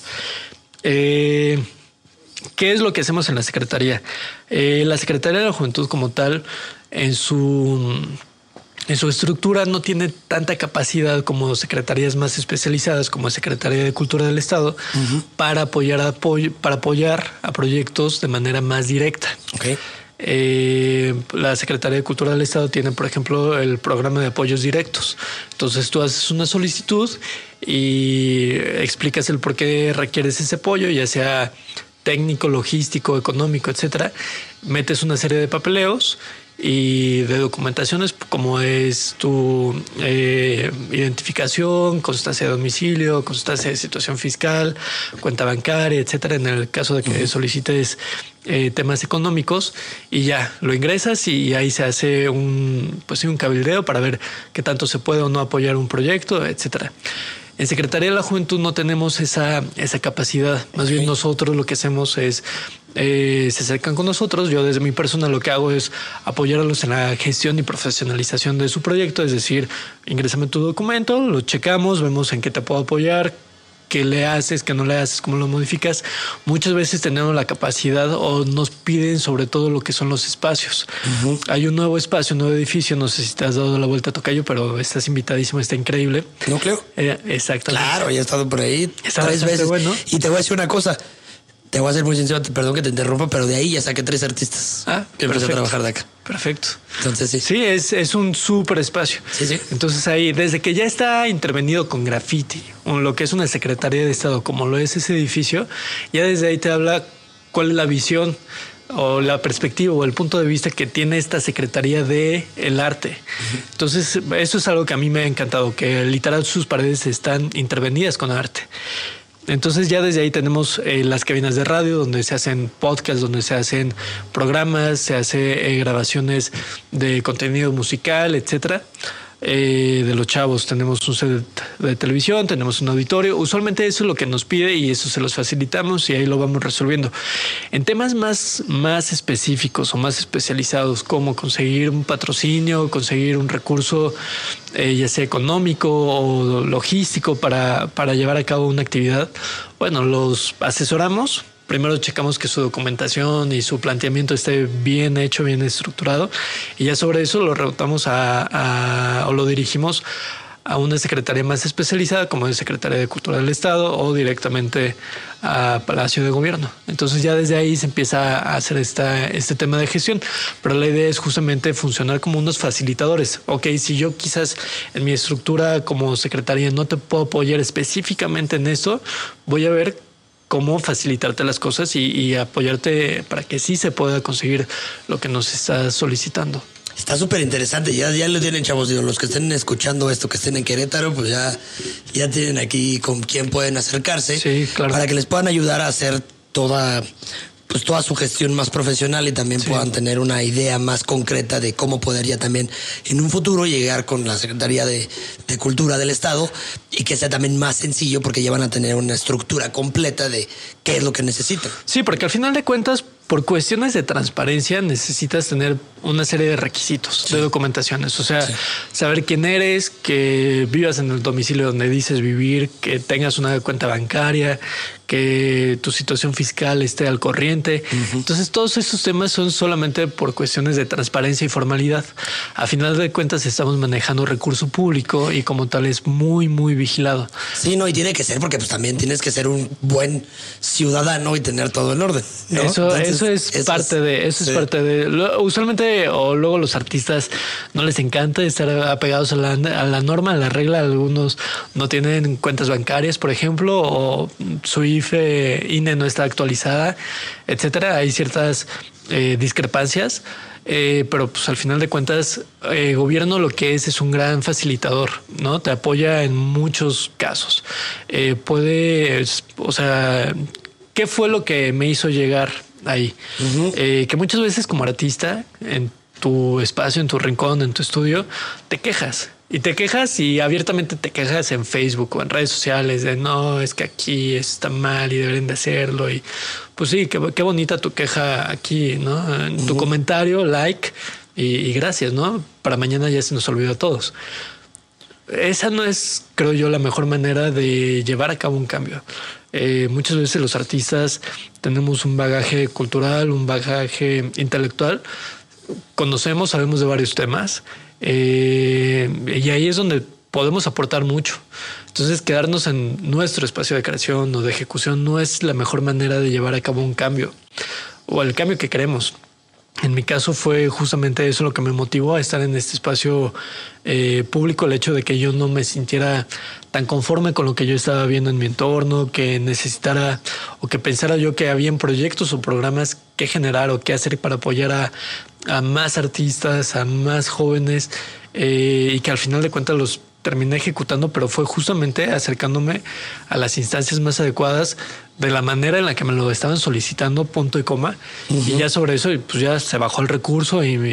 ¿Qué es lo que hacemos en la Secretaría? La Secretaría de la Juventud como tal, en su estructura no tiene tanta capacidad como secretarías más especializadas, como Secretaría de Cultura del Estado, para apoyar a proyectos de manera más directa. Okay. La Secretaría de Cultura del Estado tiene, por ejemplo, el programa de apoyos directos. Entonces tú haces una solicitud y explicas el por qué requieres ese apoyo, ya sea técnico, logístico, económico, etcétera. Metes una serie de papeleos y de documentaciones, como es tu identificación, constancia de domicilio, constancia de situación fiscal, cuenta bancaria, etcétera, en el caso de que solicites temas económicos, y ya lo ingresas y ahí se hace un cabildeo para ver qué tanto se puede o no apoyar un proyecto, etcétera. En Secretaría de la Juventud no tenemos esa capacidad. Más bien nosotros lo que hacemos es se acercan con nosotros. Yo desde mi persona lo que hago es apoyarlos en la gestión y profesionalización de su proyecto, es decir, ingrésame tu documento, lo checamos, vemos en qué te puedo apoyar, qué le haces, qué no le haces, cómo lo modificas. Muchas veces tenemos la capacidad o nos piden sobre todo lo que son los espacios. Hay un nuevo espacio, un nuevo edificio, no sé si te has dado la vuelta, tocayo, pero estás invitadísimo, está increíble. ¿Núcleo? Exactamente. Claro, ya he estado por ahí Está 3 veces. bueno. Y te voy a decir una cosa, te voy a ser muy sincero, perdón que te interrumpa, pero de ahí ya saqué 3 artistas que empecé a trabajar de acá. Perfecto. Entonces sí. Sí, es un súper espacio. Sí. Entonces ahí, desde que ya está intervenido con graffiti, o lo que es una Secretaría de Estado, como lo es ese edificio, ya desde ahí te habla cuál es la visión o la perspectiva o el punto de vista que tiene esta Secretaría de el Arte. Entonces, eso es algo que a mí me ha encantado, que literal sus paredes están intervenidas con arte. Entonces ya desde ahí tenemos las cabinas de radio donde se hacen podcasts, donde se hacen programas, se hace grabaciones de contenido musical, etcétera. De los chavos tenemos un set de televisión, tenemos un auditorio. Usualmente eso es lo que nos pide y eso se los facilitamos y ahí lo vamos resolviendo. En temas más específicos o más especializados, como conseguir un patrocinio, conseguir un recurso ya sea económico o logístico para llevar a cabo una actividad, bueno, los asesoramos. Primero checamos que su documentación y su planteamiento esté bien hecho, bien estructurado, y ya sobre eso lo rebotamos o lo dirigimos a una secretaría más especializada, como es Secretaría de Cultura del Estado o directamente a Palacio de Gobierno. Entonces ya desde ahí se empieza a hacer este tema de gestión, pero la idea es justamente funcionar como unos facilitadores. Ok, si yo quizás en mi estructura como secretaría no te puedo apoyar específicamente en esto, voy a ver cómo facilitarte las cosas y apoyarte para que sí se pueda conseguir lo que nos estás solicitando. Está súper interesante. Ya lo tienen, chavos. Digo, los que estén escuchando esto, que estén en Querétaro, pues ya tienen aquí con quién pueden acercarse. Sí, claro. Para que les puedan ayudar a hacer toda su gestión más profesional y también puedan tener una idea más concreta de cómo podría también en un futuro llegar con la Secretaría de Cultura del Estado y que sea también más sencillo porque ya van a tener una estructura completa de qué es lo que necesitan. Sí, porque al final de cuentas, por cuestiones de transparencia, necesitas tener una serie de requisitos, de documentaciones. O sea, saber quién eres, que vivas en el domicilio donde dices vivir, que tengas una cuenta bancaria, que tu situación fiscal esté al corriente. Entonces, todos estos temas son solamente por cuestiones de transparencia y formalidad. A final de cuentas, estamos manejando recurso público y como tal es muy, muy vigilado. Sí, no, y tiene que ser porque pues también tienes que ser un buen ciudadano y tener todo en orden, ¿no? Eso es parte de. Usualmente, o luego los artistas no les encanta estar apegados a la norma, a la regla. Algunos no tienen cuentas bancarias, por ejemplo, o su INE no está actualizada, etcétera. Hay ciertas discrepancias. Pero pues al final de cuentas, gobierno lo que es un gran facilitador, ¿no? Te apoya en muchos casos. O sea, ¿qué fue lo que me hizo llegar ahí? Que muchas veces como artista, en tu espacio, en tu rincón, en tu estudio, te quejas. Y te quejas y abiertamente te quejas en Facebook o en redes sociales de no, es que aquí está mal y deberían de hacerlo. Y pues sí, qué bonita tu queja aquí, ¿no? En tu comentario, like y gracias, ¿no? Para mañana ya se nos olvidó a todos. Esa no es, creo yo, la mejor manera de llevar a cabo un cambio. Muchas veces los artistas tenemos un bagaje cultural, un bagaje intelectual. Conocemos, sabemos de varios temas. Y ahí es donde podemos aportar mucho. Entonces, quedarnos en nuestro espacio de creación o de ejecución no es la mejor manera de llevar a cabo un cambio o el cambio que queremos. En mi caso fue justamente eso lo que me motivó a estar en este espacio público, el hecho de que yo no me sintiera tan conforme con lo que yo estaba viendo en mi entorno, que necesitara o que pensara yo que habían proyectos o programas que generar o que hacer para apoyar a más artistas, a más jóvenes y que al final de cuentas los terminé ejecutando, pero fue justamente acercándome a las instancias más adecuadas de la manera en la que me lo estaban solicitando, punto y coma. Y ya sobre eso, pues ya se bajó el recurso y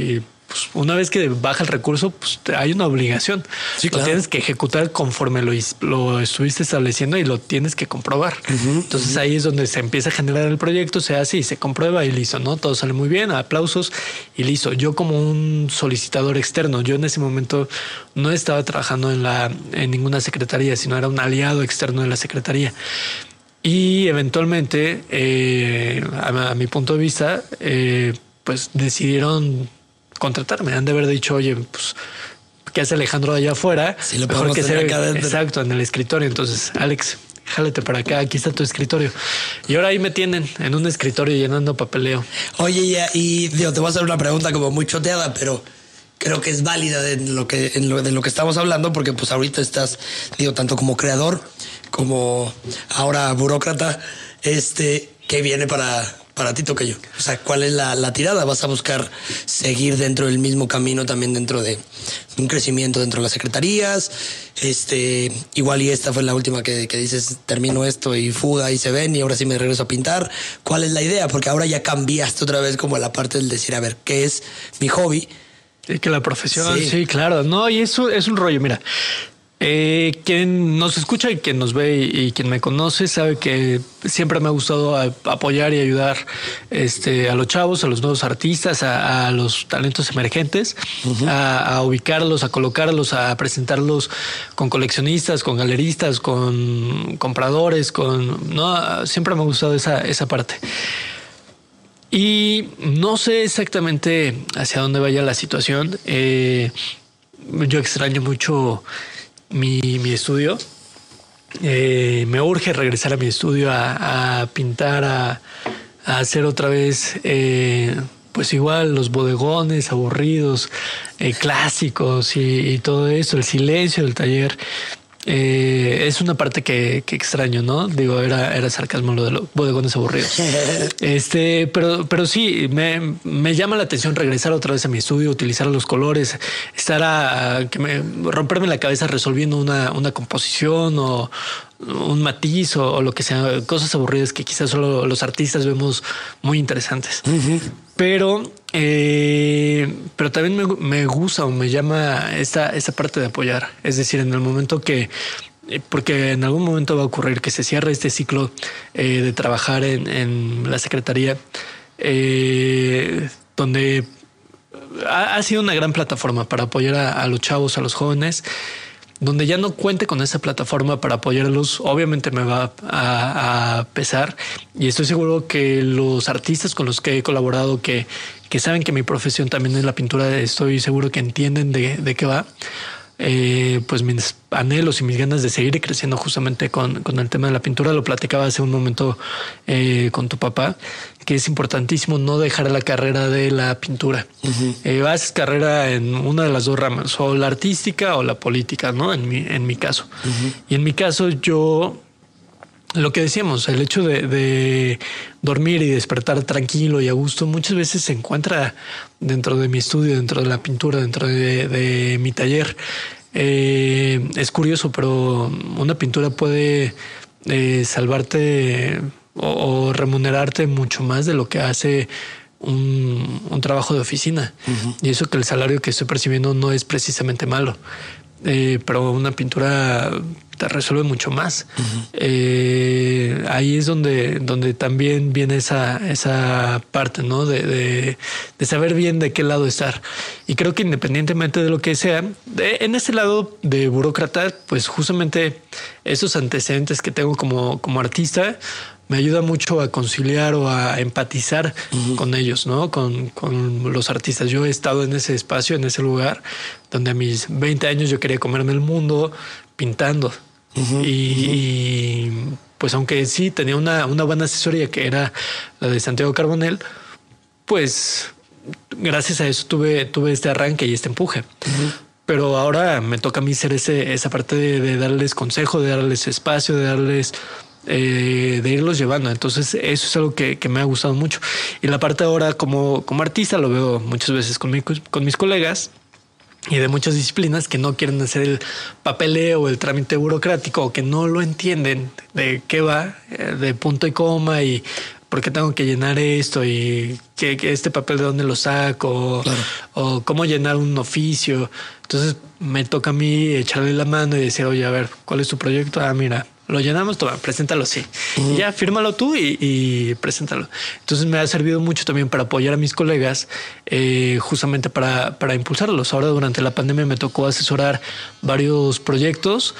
pues una vez que baja el recurso, pues hay una obligación. Sí, claro. Lo tienes que ejecutar conforme lo estuviste estableciendo y lo tienes que comprobar. Entonces ahí es donde se empieza a generar el proyecto, se hace y se comprueba y listo, ¿no? Todo sale muy bien, aplausos y listo. Yo como un solicitador externo, yo en ese momento no estaba trabajando en ninguna secretaría, sino era un aliado externo de la secretaría. Y eventualmente, a mi punto de vista, pues decidieron contratarme. Han de haber dicho, oye, pues, ¿qué hace Alejandro allá afuera? Sí, lo podemos tener acá adentro. Exacto, en el escritorio. Entonces, Alex, jálate para acá, aquí está tu escritorio. Y ahora ahí me tienen en un escritorio llenando papeleo. Oye, y te voy a hacer una pregunta como muy choteada, pero creo que es válida de lo que estamos hablando, porque pues ahorita estás, tanto como creador como ahora burócrata, ¿qué viene para ti, Tocayo? O sea, ¿cuál es la tirada? ¿Vas a buscar seguir dentro del mismo camino también dentro de un crecimiento dentro de las secretarías? Igual y esta fue la última que dices, termino esto y fuga y se ven y ahora sí me regreso a pintar. ¿Cuál es la idea? Porque ahora ya cambiaste otra vez como la parte del decir, a ver, ¿qué es mi hobby? Y que la profesión, sí, claro. No, y eso es un rollo, mira. Quien nos escucha y quien nos ve y quien me conoce sabe que siempre me ha gustado apoyar y ayudar a los chavos, a los nuevos artistas, a los talentos emergentes, a ubicarlos, a colocarlos, a presentarlos con coleccionistas, con galeristas, con compradores, siempre me ha gustado esa parte. Y no sé exactamente hacia dónde vaya la situación. Yo extraño mucho mi estudio. Me urge regresar a mi estudio a pintar, a hacer otra vez, pues igual los bodegones aburridos, clásicos y todo eso, el silencio del taller. Es una parte que extraño, ¿no? Digo, era sarcasmo lo de los bodegones aburridos. Pero sí, me llama la atención regresar otra vez a mi estudio, utilizar los colores, romperme la cabeza resolviendo una composición o un matiz o lo que sea, cosas aburridas que quizás solo los artistas vemos muy interesantes. Pero también me gusta o me llama esta parte de apoyar. Es decir, en el momento porque en algún momento va a ocurrir que se cierre este ciclo de trabajar en la secretaría, donde ha sido una gran plataforma para apoyar a los chavos, a los jóvenes. Donde ya no cuente con esa plataforma para apoyarlos, obviamente me va a pesar, y estoy seguro que los artistas con los que he colaborado, que saben que mi profesión también es la pintura, estoy seguro que entienden de qué va. Pues mis anhelos y mis ganas de seguir creciendo justamente con el tema de la pintura. Lo platicaba hace un momento con tu papá, que es importantísimo no dejar la carrera de la pintura. Haces carrera en una de las dos ramas, o la artística o la política, ¿no? En mi caso. Y en mi caso yo... Lo que decíamos, el hecho de dormir y despertar tranquilo y a gusto muchas veces se encuentra dentro de mi estudio, dentro de la pintura, dentro de mi taller. Es curioso, pero una pintura puede salvarte o remunerarte mucho más de lo que hace un trabajo de oficina. Y eso que el salario que estoy percibiendo no es precisamente malo. Pero una pintura te resuelve mucho más. Ahí es donde también viene esa parte, ¿no? De saber bien de qué lado estar. Y creo que independientemente de lo que sea, en ese lado de burócrata, pues justamente esos antecedentes que tengo como artista me ayuda mucho a conciliar o a empatizar con ellos, ¿no? Con los artistas. Yo he estado en ese espacio, en ese lugar, donde a mis 20 años yo quería comerme el mundo pintando. Y pues aunque sí tenía una buena asesoría, que era la de Santiago Carbonell, pues gracias a eso tuve este arranque y este empuje. Pero ahora me toca a mí ser esa parte de darles consejo, de darles espacio, de irlos llevando. Entonces eso es algo que me ha gustado mucho. Y la parte ahora como artista lo veo muchas veces con mis colegas y de muchas disciplinas que no quieren hacer el papeleo, el trámite burocrático, o que no lo entienden de qué va, de punto y coma, y ¿por qué tengo que llenar esto? Y que este papel de dónde lo saco, claro. o cómo llenar un oficio. Entonces me toca a mí echarle la mano y decir, oye, a ver, ¿cuál es tu proyecto? Ah, mira, lo llenamos, toma, preséntalo, sí. Y ya, fírmalo tú y preséntalo. Entonces me ha servido mucho también para apoyar a mis colegas, justamente para impulsarlos. Ahora durante la pandemia me tocó asesorar varios proyectos.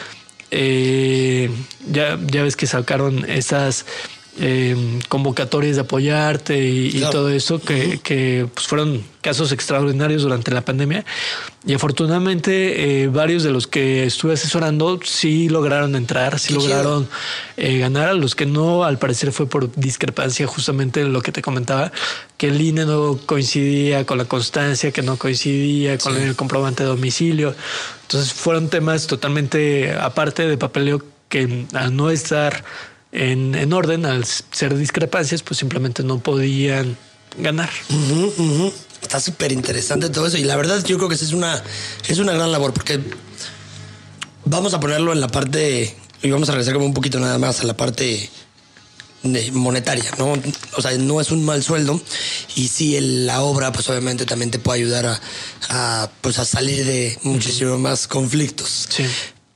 Ya ves que sacaron esas convocatorias de apoyarte y claro. todo eso que pues fueron casos extraordinarios durante la pandemia, y afortunadamente varios de los que estuve asesorando sí lograron entrar, sí lograron ganar. A los que no, al parecer fue por discrepancia, justamente lo que te comentaba, que el INE no coincidía con la constancia, que no coincidía con el comprobante de domicilio. Entonces fueron temas totalmente aparte de papeleo que, al no estar en orden, al ser discrepancias, pues simplemente no podían ganar. Está súper interesante todo eso, y la verdad yo creo que es una gran labor, porque vamos a ponerlo en la parte, y vamos a regresar como un poquito nada más a la parte monetaria, ¿no? O sea, no es un mal sueldo, y sí la obra pues obviamente también te puede ayudar a salir de muchísimo más conflictos. Sí.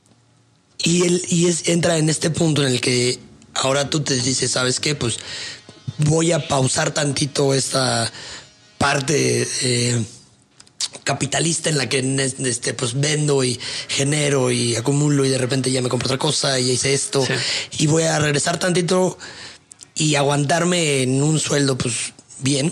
Entra en este punto en el que ahora tú te dices, ¿sabes qué? Pues voy a pausar tantito esta parte capitalista en la que pues vendo y genero y acumulo, y de repente ya me compro otra cosa y hice esto. Sí. Y voy a regresar tantito y aguantarme en un sueldo pues bien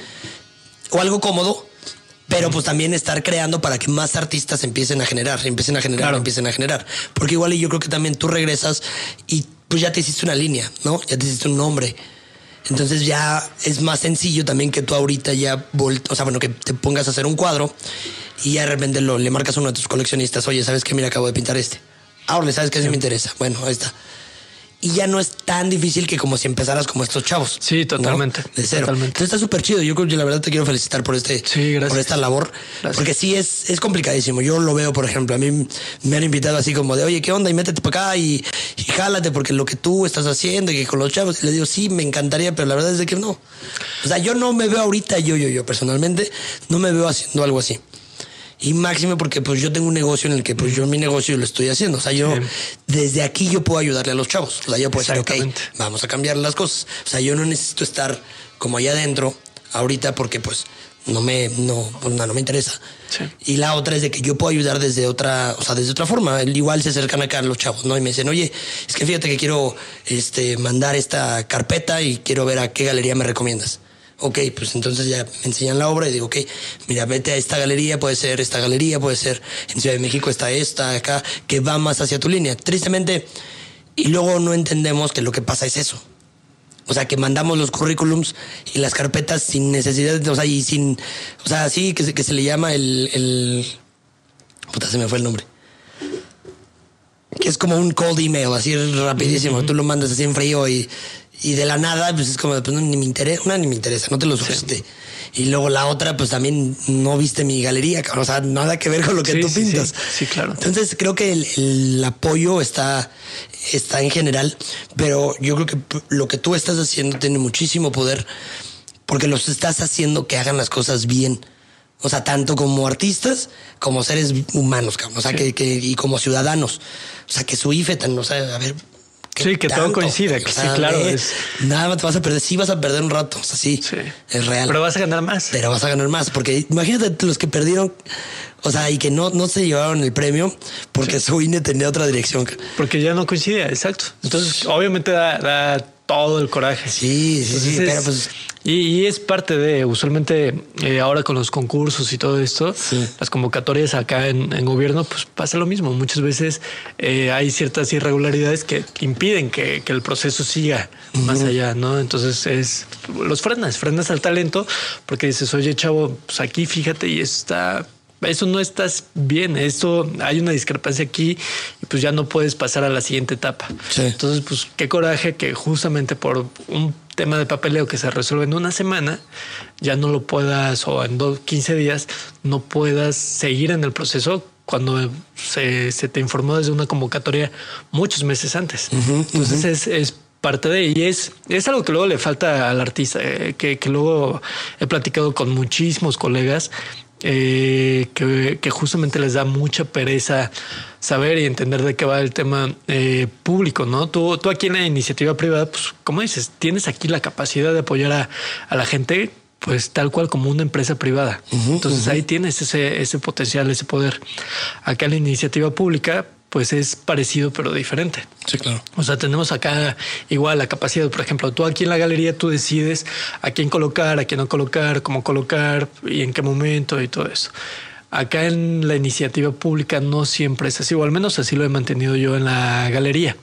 o algo cómodo, pero pues también estar creando para que más artistas empiecen a generar. Claro. Porque igual yo creo que también tú regresas y pues ya te hiciste una línea, ¿no? Ya te hiciste un nombre. Entonces ya es más sencillo también que tú ahorita ya que te pongas a hacer un cuadro y ya de repente le marcas a uno de tus coleccionistas, oye, ¿sabes qué? Mira, acabo de pintar este. Ahora, ¿sabes qué? Sí me interesa. Bueno, ahí está. Y ya no es tan difícil que como si empezaras como estos chavos. Sí, totalmente. ¿No? De cero. Totalmente. Entonces está súper chido. Yo creo que la verdad te quiero felicitar por por esta labor. Gracias. Porque sí es complicadísimo. Yo lo veo, por ejemplo, a mí me han invitado así como de, oye, ¿qué onda? Y métete para acá y jálate porque lo que tú estás haciendo y que con los chavos. Y les digo, sí, me encantaría, pero la verdad es de que no. O sea, yo no me veo ahorita, yo personalmente, no me veo haciendo algo así. Y máximo porque pues yo tengo un negocio en el que pues yo mi negocio lo estoy haciendo. O sea, yo desde aquí yo puedo ayudarle a los chavos. O sea, yo puedo decir, ok, vamos a cambiar las cosas. O sea, yo no necesito estar como allá adentro ahorita porque pues no me interesa. Sí. Y la otra es de que yo puedo ayudar desde otra forma. Igual se acercan acá los chavos, ¿no? Y me dicen, oye, es que fíjate que quiero mandar esta carpeta y quiero ver a qué galería me recomiendas. Ok, pues entonces ya me enseñan la obra y digo, ok, mira, vete a esta galería, puede ser esta galería, puede ser en Ciudad de México está esta, acá, que va más hacia tu línea. Tristemente, y luego no entendemos que lo que pasa es eso. O sea, que mandamos los currículums y las carpetas sin necesidad, o sea, y sin, o sea, así que se le llama puta, se me fue el nombre. Que es como un cold email, así rapidísimo. Tú lo mandas así en frío y de la nada, pues es como, pues ni me interesa, no te lo solicité. Sí. Y luego la otra, pues también no viste mi galería, o sea, nada que ver con lo que tú pintas. Sí, claro. Entonces creo que el apoyo está en general, pero yo creo que lo que tú estás haciendo tiene muchísimo poder porque los estás haciendo que hagan las cosas bien. O sea, tanto como artistas, como seres humanos, cabrón. O sea, y como ciudadanos. O sea, que su IFE, o sea, a ver... Sí, que todo coincida, que sí, claro. Nada, te vas a perder, sí vas a perder un rato, o sea, sí, es real. Pero vas a ganar más. Porque imagínate los que perdieron, o sea, y que no se llevaron el premio porque su INE tenía otra dirección. Porque ya no coincidía, exacto. Entonces, obviamente da todo el coraje. Sí, pero pues... Y es parte de, usualmente, ahora con los concursos y todo esto, las convocatorias acá en gobierno, pues pasa lo mismo. Muchas veces hay ciertas irregularidades que impiden que el proceso siga más allá, ¿no? Entonces los frenas al talento porque dices, oye, chavo, pues aquí fíjate y eso no estás bien, esto hay una discrepancia aquí y pues ya no puedes pasar a la siguiente etapa. Sí. Entonces, pues qué coraje que justamente por un tema de papeleo que se resuelve en una semana, ya no lo puedas, o en 15 días, no puedas seguir en el proceso cuando se te informó desde una convocatoria muchos meses antes. Entonces es parte de, y es algo que luego le falta al artista, que luego he platicado con muchísimos colegas que justamente les da mucha pereza saber y entender de qué va el tema público, ¿no? Tú aquí en la iniciativa privada, pues, como dices, tienes aquí la capacidad de apoyar a la gente, pues tal cual como una empresa privada. Entonces ahí tienes ese potencial, ese poder. Acá en la iniciativa pública, pues es parecido pero diferente. Sí, claro. O sea, tenemos acá igual la capacidad, por ejemplo, tú aquí en la galería tú decides a quién colocar, a quién no colocar, cómo colocar y en qué momento y todo eso. Acá en la iniciativa pública no siempre es así, o al menos así lo he mantenido yo en la galería.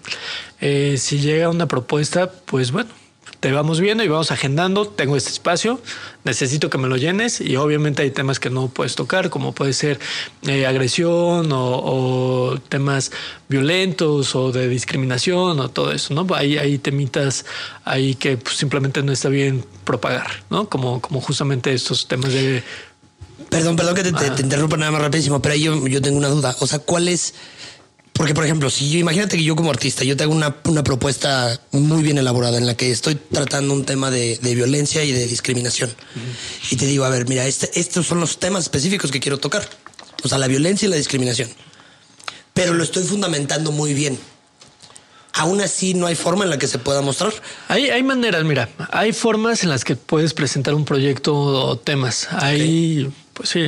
Si llega una propuesta, pues bueno, te vamos viendo y vamos agendando, tengo este espacio, necesito que me lo llenes, y obviamente hay temas que no puedes tocar, como puede ser agresión o temas violentos o de discriminación o todo eso, ¿no? Hay temitas ahí que pues, simplemente no está bien propagar, ¿no? Como justamente estos temas de... Perdón que te interrumpa nada más rapidísimo, pero ahí yo tengo una duda. O sea, ¿cuál es...? Porque, por ejemplo, imagínate que yo como artista, yo te hago una propuesta muy bien elaborada en la que estoy tratando un tema de violencia y de discriminación. Y te digo, a ver, mira, estos son los temas específicos que quiero tocar. O sea, la violencia y la discriminación. Pero lo estoy fundamentando muy bien. Aún así, no hay forma en la que se pueda mostrar. Hay maneras, mira, hay formas en las que puedes presentar un proyecto o temas. Pues sí,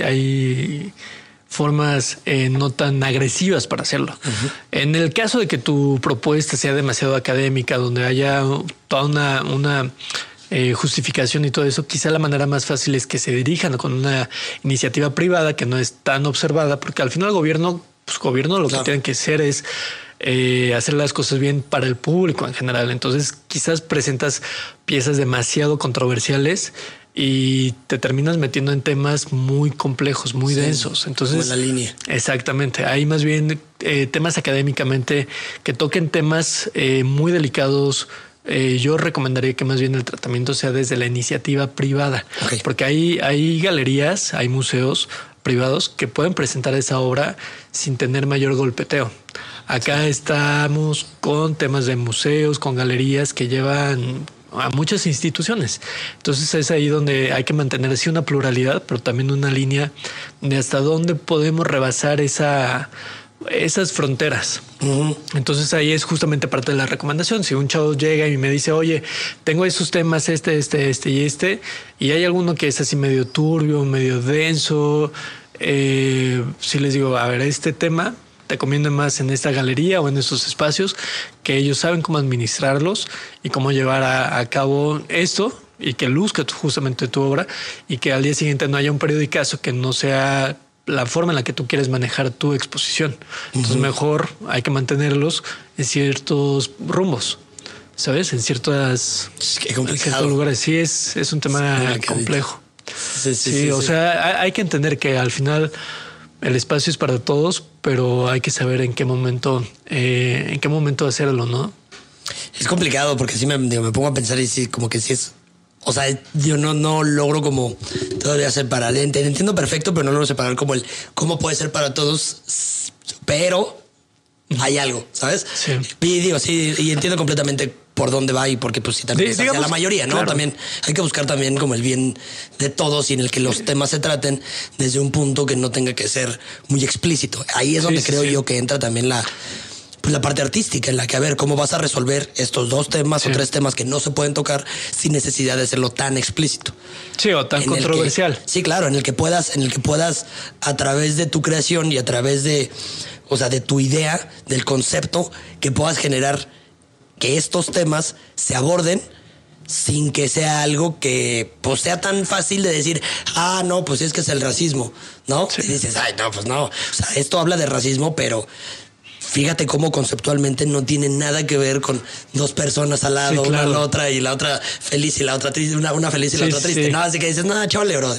hay formas no tan agresivas para hacerlo. En el caso de que tu propuesta sea demasiado académica, donde haya toda una justificación y todo eso, quizá la manera más fácil es que se dirijan con una iniciativa privada que no es tan observada, porque al final el gobierno lo que tienen que hacer es hacer las cosas bien para el público en general. Entonces quizás presentas piezas demasiado controversiales y te terminas metiendo en temas muy complejos, muy densos. Entonces, como en la línea. Exactamente. Hay más bien temas académicamente que toquen temas muy delicados. Yo recomendaría que más bien el tratamiento sea desde la iniciativa privada, porque hay galerías, hay museos privados que pueden presentar esa obra sin tener mayor golpeteo. Acá estamos con temas de museos, con galerías que llevan a muchas instituciones. Entonces es ahí donde hay que mantener así una pluralidad, pero también una línea de hasta dónde podemos rebasar esas fronteras. Entonces ahí es justamente parte de la recomendación. Si un chavo llega y me dice, oye, tengo esos temas, y hay alguno que es así medio turbio, medio denso, si les digo, a ver, este tema te conviene más en esta galería o en estos espacios, que ellos saben cómo administrarlos y cómo llevar a cabo esto y que luzca justamente tu obra, y que al día siguiente no haya un periodicazo que no sea la forma en la que tú quieres manejar tu exposición. Entonces mejor hay que mantenerlos en ciertos rumbos, ¿sabes? En ciertos lugares. Sí, es un tema complejo. Sí, o sea, hay que entender que al final el espacio es para todos, pero hay que saber en qué momento hacerlo, ¿no? Es complicado porque sí me pongo a pensar y sí, como que sí es... O sea, yo no logro como todavía separar. Entiendo perfecto, pero no logro separar como cómo puede ser para todos, pero hay algo, ¿sabes? Sí. Y digo, sí, y entiendo completamente por dónde va, y porque pues sí también es hacia la mayoría, ¿no? Claro. También hay que buscar también como el bien de todos y en el que los temas se traten desde un punto que no tenga que ser muy explícito. Ahí es donde creo yo que entra también la parte artística, en la que a ver cómo vas a resolver estos dos temas o tres temas que no se pueden tocar sin necesidad de hacerlo tan explícito. Sí, o tan controversial. Sí, claro, en el que puedas a través de tu creación y a través de tu idea, del concepto, que puedas generar que estos temas se aborden sin que sea algo que pues sea tan fácil de decir, no, pues es que es el racismo, ¿no? Sí. Y dices, no, pues no. O sea, esto habla de racismo, pero fíjate cómo conceptualmente no tiene nada que ver con dos personas al lado, una a la otra, y la otra feliz y la otra triste, una feliz y la otra triste. No, así que dices, chole, brother.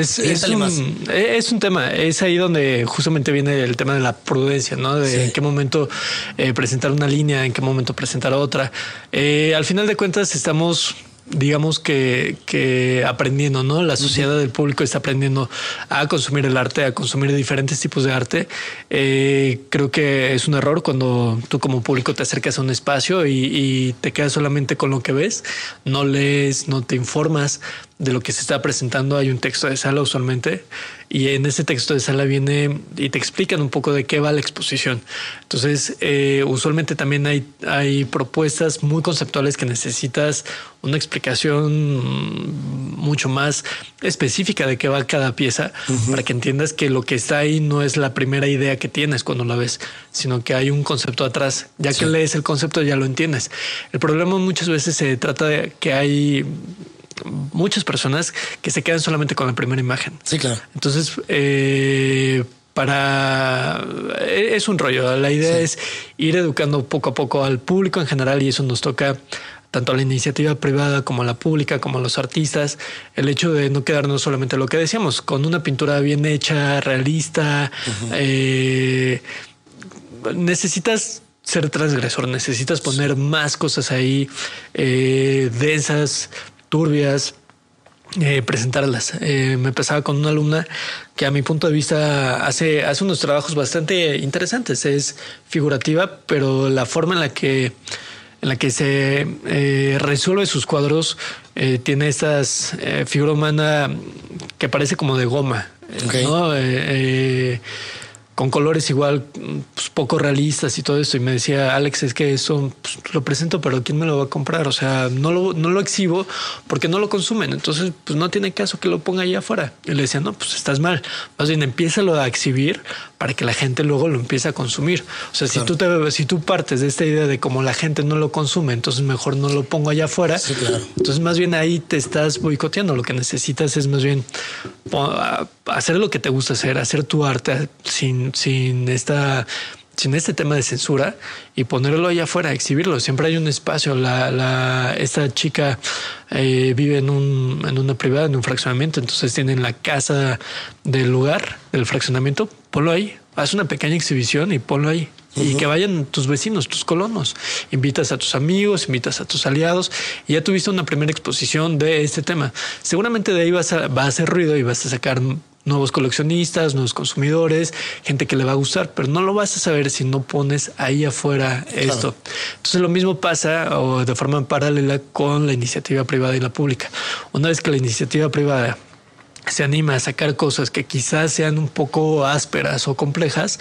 Es un tema, es ahí donde justamente viene el tema de la prudencia, ¿no? De en qué momento presentar una línea, en qué momento presentar otra. Al final de cuentas estamos digamos que aprendiendo, ¿no? La sociedad del público está aprendiendo a consumir el arte, a consumir diferentes tipos de arte. Creo que es un error cuando tú como público te acercas a un espacio y te quedas solamente con lo que ves, no lees, no te informas de lo que se está presentando. Hay un texto de sala usualmente y en ese texto de sala viene y te explican un poco de qué va la exposición. Entonces, usualmente también hay propuestas muy conceptuales que necesitas una explicación mucho más específica de qué va cada pieza para que entiendas que lo que está ahí no es la primera idea que tienes cuando la ves, sino que hay un concepto atrás. Ya que lees el concepto ya lo entiendes. El problema muchas veces se trata de que hay muchas personas que se quedan solamente con la primera imagen. Sí, claro. Entonces, es un rollo. La idea es ir educando poco a poco al público en general y eso nos toca tanto a la iniciativa privada como a la pública, como a los artistas, el hecho de no quedarnos solamente lo que decíamos, con una pintura bien hecha, realista, necesitas ser transgresor, necesitas poner más cosas ahí, densas, turbias, presentarlas. Me pasaba con una alumna que a mi punto de vista hace unos trabajos bastante interesantes. Es figurativa, pero la forma en la que se resuelve sus cuadros tiene estas figura humana que parece como de goma, ¿no? Con colores igual pues, poco realistas y todo eso. Y me decía, Alex, es que eso pues, lo presento, pero ¿quién me lo va a comprar? O sea, no lo exhibo porque no lo consumen. Entonces, pues no tiene caso que lo ponga allá afuera. Y le decía, no, pues estás mal. Más bien, empiézalo a exhibir para que la gente luego lo empiece a consumir. O sea, claro. si tú partes de esta idea de como la gente no lo consume, entonces mejor no lo pongo allá afuera. Sí, claro. Entonces, más bien ahí te estás boicoteando. Lo que necesitas es más bien hacer lo que te gusta hacer tu arte sin este tema de censura y ponerlo allá afuera, exhibirlo. Siempre hay un espacio. Esta chica vive en una privada, en un fraccionamiento, entonces tienen la casa del lugar, del fraccionamiento. Ponlo ahí, haz una pequeña exhibición y ponlo ahí. Y que vayan tus vecinos, tus colonos. Invitas a tus amigos, invitas a tus aliados y ya tuviste una primera exposición de este tema. Seguramente de ahí va a hacer ruido y vas a sacar nuevos coleccionistas, nuevos consumidores, gente que le va a gustar, pero no lo vas a saber si no pones ahí afuera esto. Claro. Entonces lo mismo pasa o de forma paralela con la iniciativa privada y la pública. Una vez que la iniciativa privada se anima a sacar cosas que quizás sean un poco ásperas o complejas,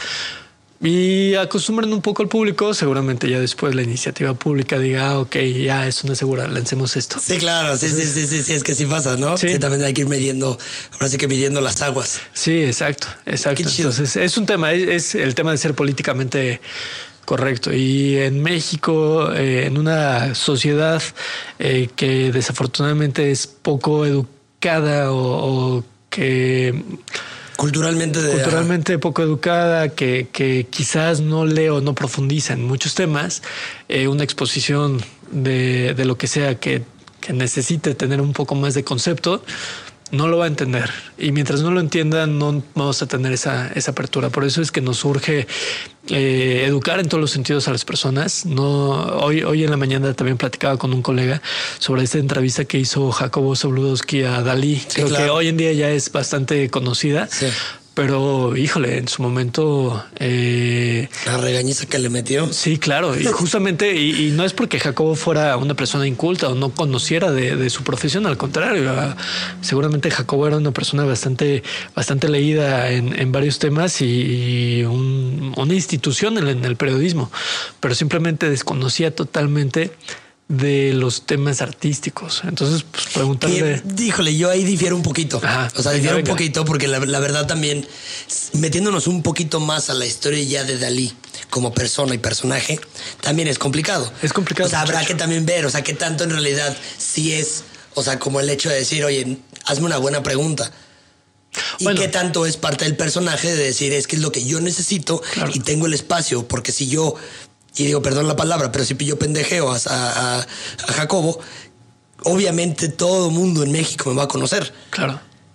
y acostumbran un poco al público, seguramente ya después la iniciativa pública diga, ok, ya es una segura, lancemos esto. Sí, claro, sí, es que sí pasa, ¿no? Sí, también hay que ir midiendo, ahora sí que midiendo las aguas. Sí, exacto. Entonces es un tema, es el tema de ser políticamente correcto. Y en México, en una sociedad que desafortunadamente es poco educada o que... Culturalmente poco educada, que quizás no lee o no profundiza en muchos temas, una exposición de lo que sea que necesite tener un poco más de concepto, no lo va a entender. Y mientras no lo entiendan, no vamos a tener esa apertura. Por eso es que nos urge educar en todos los sentidos a las personas. Hoy en la mañana también platicaba con un colega sobre esta entrevista que hizo Jacobo Zabludowski a Dalí. Sí, creo que hoy en día ya es bastante conocida. Sí. Pero, híjole, en su momento... la regañiza que le metió. Sí, claro. Y justamente, y no es porque Jacobo fuera una persona inculta o no conociera de su profesión, al contrario. Seguramente Jacobo era una persona bastante leída en varios temas y una institución en el periodismo, pero simplemente desconocía totalmente de los temas artísticos. Entonces, pues preguntarle... Híjole, yo ahí difiero un poquito. Ajá, o sea, difiero un poquito porque la verdad también, metiéndonos un poquito más a la historia ya de Dalí como persona y personaje, también es complicado. Es complicado. O sea, habrá que también ver, o sea, qué tanto en realidad sí es, o sea, como el hecho de decir, oye, hazme una buena pregunta. Y qué tanto es parte del personaje de decir, es que es lo que yo necesito, claro, y tengo el espacio, porque si yo... Y digo, perdón la palabra, pero si yo pendejeo a Jacobo, obviamente todo el mundo en México me va a conocer. Claro.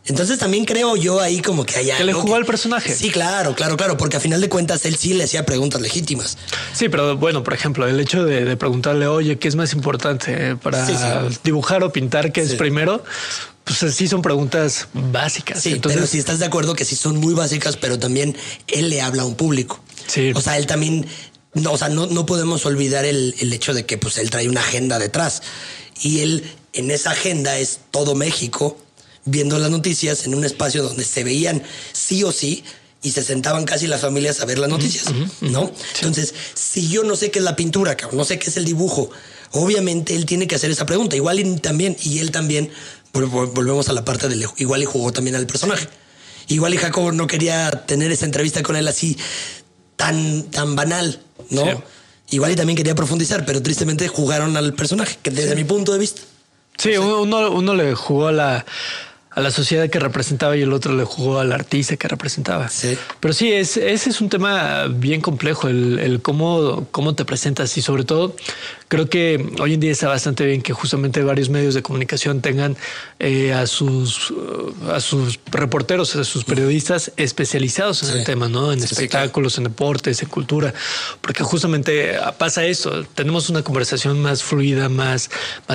Entonces también creo yo ahí como que hay algo. Que le jugó al personaje. Sí, claro, porque a final de cuentas él sí le hacía preguntas legítimas. Sí, pero bueno, por ejemplo, el hecho de preguntarle, oye, ¿qué es más importante para dibujar o pintar? ¿Qué es primero? Pues sí son preguntas básicas. Sí, entonces, pero sí estás de acuerdo que sí son muy básicas, pero también él le habla a un público. Sí. O sea, él también, no podemos olvidar el hecho de que pues él trae una agenda detrás. Y él, en esa agenda es todo México viendo las noticias en un espacio donde se veían sí o sí y se sentaban casi las familias a ver las noticias, ¿no? Sí. Entonces, si yo no sé qué es la pintura, no sé qué es el dibujo, obviamente él tiene que hacer esa pregunta. Igual él también, volvemos a la parte del igual y jugó también al personaje. Igual y Jacobo no quería tener esa entrevista con él así tan banal, ¿no? Sí. Igual y también quería profundizar, pero tristemente jugaron al personaje, que desde mi punto de vista. Sí, uno le jugó a la sociedad que representaba y el otro le jugó al artista que representaba. Sí. Pero sí, ese es un tema bien complejo, el cómo te presentas, y sobre todo creo que hoy en día está bastante bien que justamente varios medios de comunicación tengan a sus reporteros, a sus periodistas especializados en el tema, ¿no? En espectáculos, en deportes, en cultura, porque justamente pasa eso, tenemos una conversación más fluida, más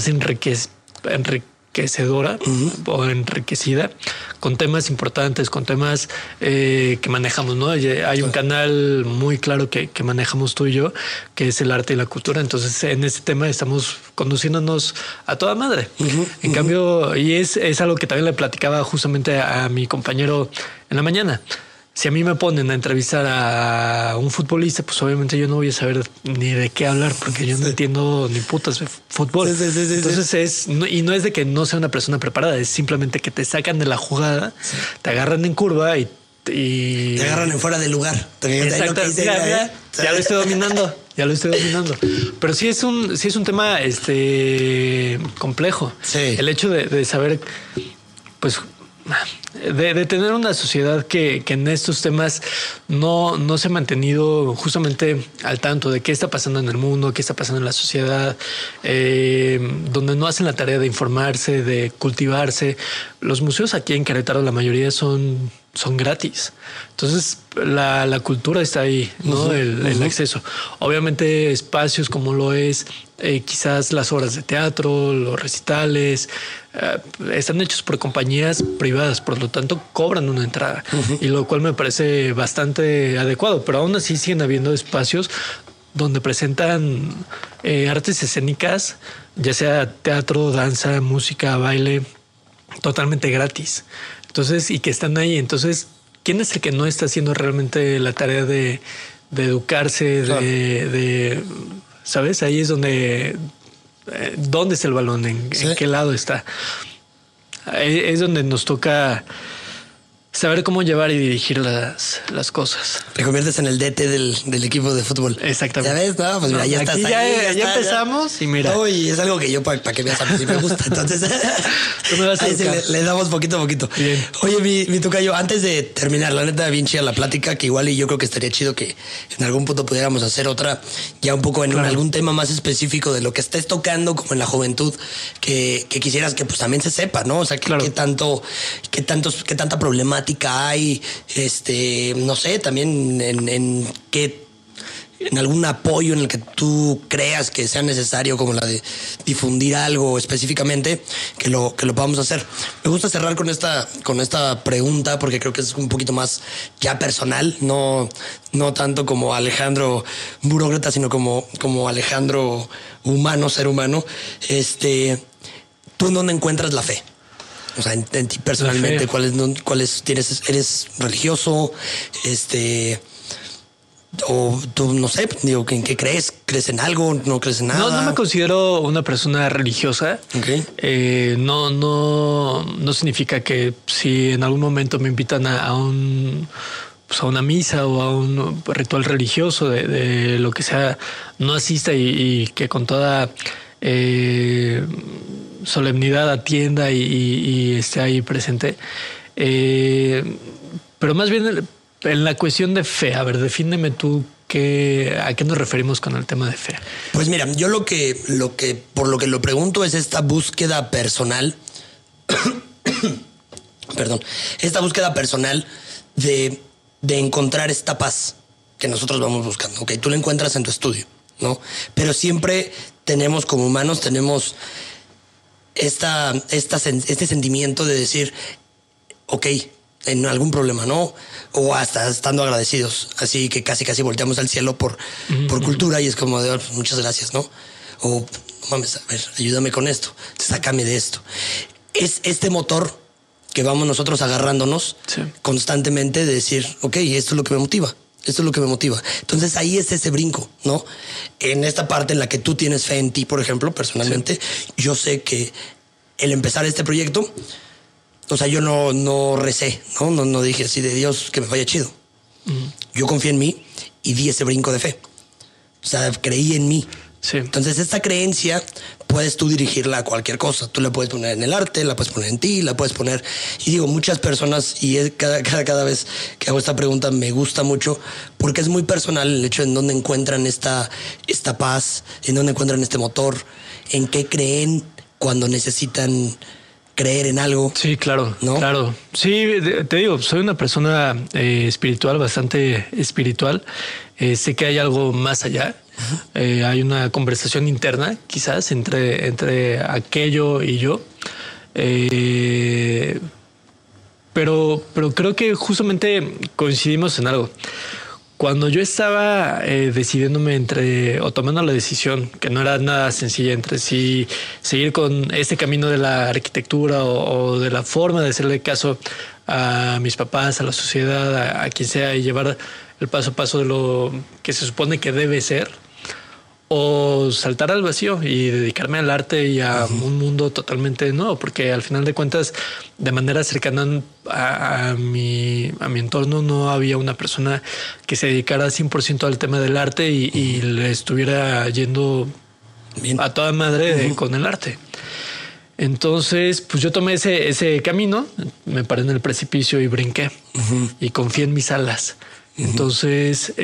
enriquecedora o enriquecida con temas importantes, con temas que manejamos, ¿no? Hay un canal muy claro que manejamos tú y yo, que es el arte y la cultura. Entonces, en este tema estamos conduciéndonos a toda madre. En cambio, y es algo que también le platicaba justamente a mi compañero en la mañana. Si a mí me ponen a entrevistar a un futbolista, pues obviamente yo no voy a saber ni de qué hablar, porque yo no entiendo ni putas de fútbol. Entonces no es de que no sea una persona preparada, es simplemente que te sacan de la jugada, te agarran en curva y te agarran en fuera de lugar. Exacto, ya lo estoy dominando. Pero sí es un tema complejo. Sí. El hecho de saber, pues, de tener una sociedad que en estos temas no se ha mantenido justamente al tanto de qué está pasando en el mundo, qué está pasando en la sociedad, donde no hacen la tarea de informarse, de cultivarse. Los museos aquí en Querétaro, la mayoría son gratis. Entonces la cultura está ahí, ¿no? El acceso. Obviamente espacios como lo es quizás las obras de teatro, los recitales, están hechos por compañías privadas, por lo tanto cobran una entrada, y lo cual me parece bastante adecuado, pero aún así siguen habiendo espacios donde presentan artes escénicas, ya sea teatro, danza, música, baile, totalmente gratis. Entonces, y que están ahí. Entonces, ¿quién es el que no está haciendo realmente la tarea de educarse, claro, ¿sabes? Ahí es donde ¿dónde está el balón? ¿En qué lado está? Es donde nos toca saber cómo llevar y dirigir las cosas. Te conviertes en el DT del equipo de fútbol. Exactamente. ¿Ya ves? No, pues mira, ya estás ahí. Ya empezamos y mira. No, y es algo que yo para que veas a mí sí me gusta. Entonces, ahí sí le damos poquito a poquito. Bien. Oye, mi tocayo, antes de terminar, la neta, bien chida la plática, que igual y yo creo que estaría chido que en algún punto pudiéramos hacer otra, ya un poco en algún tema más específico de lo que estés tocando, como en la juventud, que quisieras que pues también se sepa, ¿no? O sea, qué tanta problemática hay, no sé, también en algún apoyo en el que tú creas que sea necesario, como la de difundir algo específicamente, que lo podamos hacer. Me gusta cerrar con esta pregunta porque creo que es un poquito más ya personal, no tanto como Alejandro burócrata, sino como Alejandro humano, ser humano. ¿Tú en dónde encuentras la fe? O sea, en ti personalmente, ¿cuáles tienes? ¿Eres religioso? O tú, no sé, digo, ¿en qué crees? ¿Crees en algo? ¿No crees en nada? No me considero una persona religiosa. Okay. No significa que si en algún momento me invitan a una misa o a un ritual religioso de lo que sea, no asista y que con toda solemnidad atienda y esté ahí presente. Pero más bien en la cuestión de fe, a ver, defíneme tú a qué nos referimos con el tema de fe. Pues mira, yo por lo que lo pregunto es esta búsqueda personal esta búsqueda personal de encontrar esta paz que nosotros vamos buscando. Ok, tú la encuentras en tu estudio, ¿no? Pero siempre tenemos, como humanos, tenemos este sentimiento de decir, ok, en algún problema, ¿no? O hasta estando agradecidos. Así que casi volteamos al cielo por cultura y es como de, muchas gracias, ¿no? O, mames, a ver, ayúdame con esto, sácame de esto. Es este motor que vamos nosotros agarrándonos constantemente de decir, ok, esto es lo que me motiva. Esto es lo que me motiva. Entonces ahí es ese brinco, ¿no? En esta parte en la que tú tienes fe en ti, por ejemplo, personalmente, yo sé que el empezar este proyecto, o sea, yo no recé, no dije así de Dios que me vaya chido. Yo confié en mí y di ese brinco de fe. O sea, creí en mí. Sí. Entonces esta creencia puedes tú dirigirla a cualquier cosa. Tú la puedes poner en el arte, la puedes poner en ti, la puedes poner... Y digo, muchas personas, y cada vez que hago esta pregunta me gusta mucho, porque es muy personal el hecho en dónde encuentran esta paz, en dónde encuentran este motor, en qué creen cuando necesitan creer en algo. Sí, claro, ¿no? Claro. Sí, te digo, soy una persona espiritual, bastante espiritual. Sé que hay algo más allá. Hay una conversación interna, quizás, entre aquello y yo. Pero creo que justamente coincidimos en algo. Cuando yo estaba decidiéndome o tomando la decisión, que no era nada sencilla, entre si seguir con este camino de la arquitectura o de la forma de hacerle caso a mis papás, a la sociedad, a quien sea, y llevar el paso a paso de lo que se supone que debe ser, o saltar al vacío y dedicarme al arte y a un mundo totalmente nuevo, porque al final de cuentas, de manera cercana a mi entorno, no había una persona que se dedicara 100% al tema del arte y le estuviera yendo bien a toda madre con el arte. Entonces, pues yo tomé ese camino, me paré en el precipicio y brinqué y confié en mis alas. Entonces,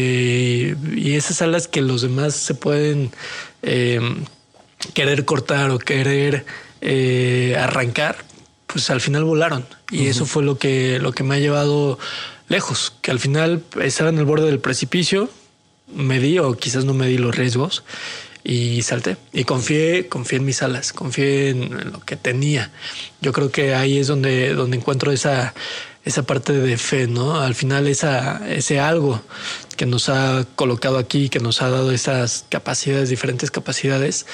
y esas alas que los demás se pueden querer cortar o querer arrancar, pues al final volaron. Y eso fue lo que me ha llevado lejos, que al final estaba en el borde del precipicio, medí o quizás no medí los riesgos y salté y confié en mis alas, confié en lo que tenía. Yo creo que ahí es donde encuentro esa parte de fe, ¿no? Al final ese algo que nos ha colocado aquí, que nos ha dado esas capacidades, diferentes capacidades.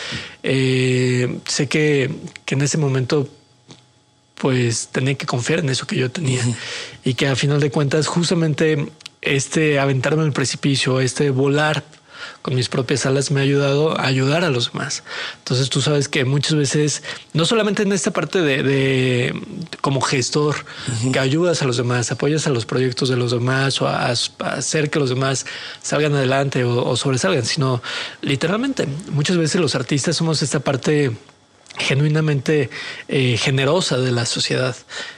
Sé que en ese momento pues tenía que confiar en eso que yo tenía y que al final de cuentas justamente aventarme al precipicio, volar con mis propias alas me ha ayudado a ayudar a los demás. Entonces tú sabes que muchas veces, no solamente en esta parte de como gestor, que ayudas a los demás, apoyas a los proyectos de los demás o a hacer que los demás salgan adelante o sobresalgan, sino literalmente muchas veces los artistas somos esta parte genuinamente generosa de la sociedad.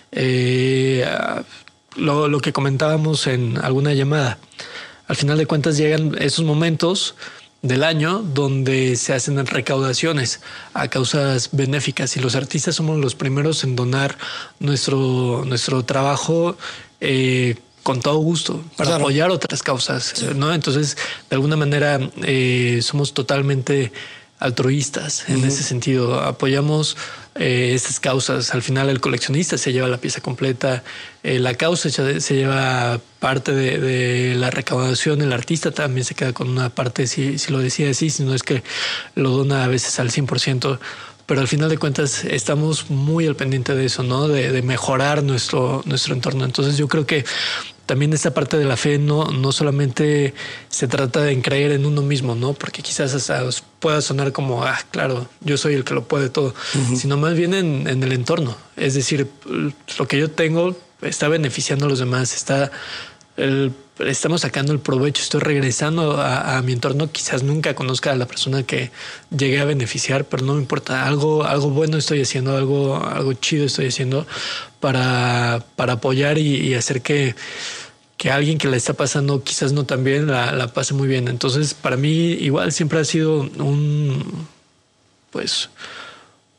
Lo que comentábamos en alguna llamada, al final de cuentas llegan esos momentos del año donde se hacen recaudaciones a causas benéficas y los artistas somos los primeros en donar nuestro trabajo con todo gusto para apoyar otras causas, ¿no? Entonces, de alguna manera somos totalmente altruistas en ese sentido. Apoyamos estas causas. Al final el coleccionista se lleva la pieza completa, la causa se lleva parte de la recaudación, el artista también se queda con una parte si lo decide así, si no es que lo dona a veces al 100%. Pero al final de cuentas estamos muy al pendiente de eso, ¿no? De mejorar nuestro entorno. Entonces yo creo que también esta parte de la fe no solamente se trata de creer en uno mismo, ¿no? Porque quizás hasta pueda sonar como, claro, yo soy el que lo puede todo, sino más bien en el entorno. Es decir, lo que yo tengo está beneficiando a los demás, estamos sacando el provecho, estoy regresando a mi entorno. Quizás nunca conozca a la persona que llegué a beneficiar, pero no me importa, algo bueno estoy haciendo, algo chido estoy haciendo para apoyar y hacer que alguien que la está pasando quizás no tan bien la pase muy bien. Entonces para mí igual siempre ha sido un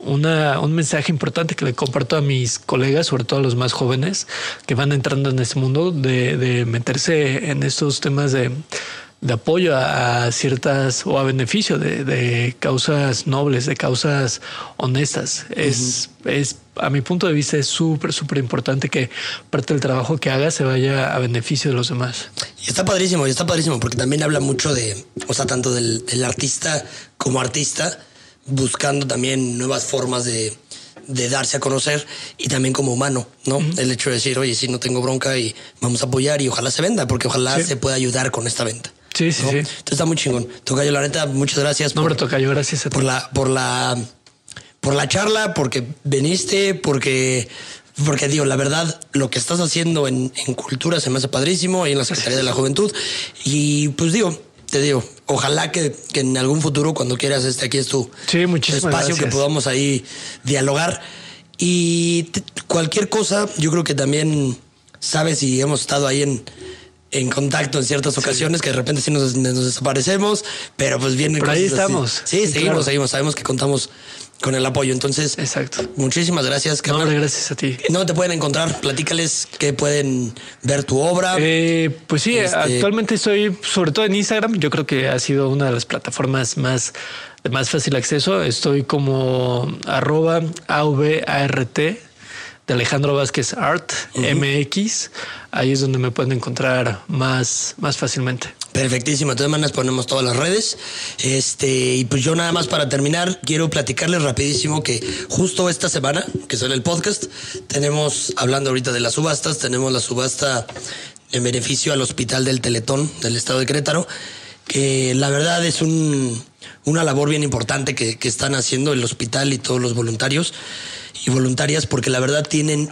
un mensaje importante que le comparto a mis colegas, sobre todo a los más jóvenes que van entrando en este mundo, de meterse en estos temas de apoyo a ciertas o a beneficio de causas nobles, de causas honestas. Es a mi punto de vista es súper importante que parte del trabajo que haga se vaya a beneficio de los demás. Y está padrísimo, porque también habla mucho de, o sea, tanto del artista como artista, buscando también nuevas formas de darse a conocer, y también como humano, ¿no? El hecho de decir, oye, sí, no tengo bronca y vamos a apoyar y ojalá se venda, porque ojalá se pueda ayudar con esta venta. Sí. Entonces está muy chingón. Tocayo, la neta, muchas gracias. Tocayo, gracias a ti. Por la charla, porque viniste, porque digo, la verdad, lo que estás haciendo en cultura se me hace padrísimo, ahí en la Secretaría de la Juventud. Y pues te digo, ojalá que en algún futuro, cuando quieras, aquí es tu espacio, gracias. Que podamos ahí dialogar. Y cualquier cosa, yo creo que también sabes, y hemos estado ahí en contacto en ciertas ocasiones, que de repente sí nos desaparecemos, pero pues vienen cosas ahí estamos. Así. Sí, seguimos. Sabemos que contamos con el apoyo. Entonces, exacto. Muchísimas gracias, carnal. No, gracias a ti. ¿Dónde te pueden encontrar? Platícales que pueden ver tu obra. Pues sí, actualmente estoy sobre todo en Instagram. Yo creo que ha sido una de las plataformas de más fácil acceso. Estoy como @AVART de Alejandro Vázquez Art, MX. Ahí es donde me pueden encontrar más fácilmente. Perfectísimo. De todas maneras ponemos todas las redes. Y pues yo nada más para terminar, quiero platicarles rapidísimo que justo esta semana, que sale el podcast, tenemos, hablando ahorita de las subastas, tenemos la subasta en beneficio al Hospital del Teletón del Estado de Querétaro, que la verdad es una labor bien importante que están haciendo el hospital y todos los voluntarios y voluntarias, porque la verdad tienen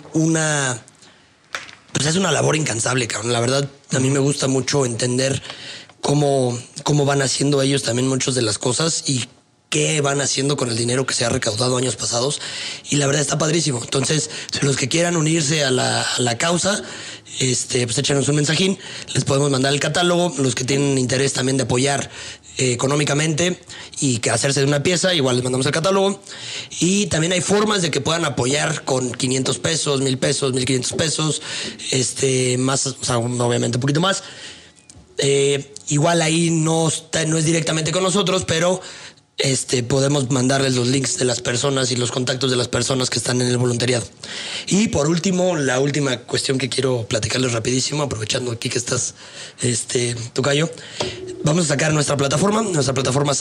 pues es una labor incansable, cabrón. La verdad, a mí me gusta mucho entender cómo van haciendo ellos también muchas de las cosas y qué van haciendo con el dinero que se ha recaudado años pasados. Y la verdad está padrísimo. Entonces, los que quieran unirse a la causa, pues échanos un mensajín. Les podemos mandar el catálogo. Los que tienen interés también de apoyar económicamente y que hacerse de una pieza, igual les mandamos el catálogo. Y también hay formas de que puedan apoyar con 500 pesos, 1,000 pesos, 1,500 pesos, más, o sea, obviamente un poquito más. Igual ahí no es directamente con nosotros, pero podemos mandarles los links de las personas y los contactos de las personas que están en el voluntariado. Y por último, la última cuestión que quiero platicarles rapidísimo, aprovechando aquí que estás, Tocayo. Vamos a sacar nuestra plataforma. Nuestra plataforma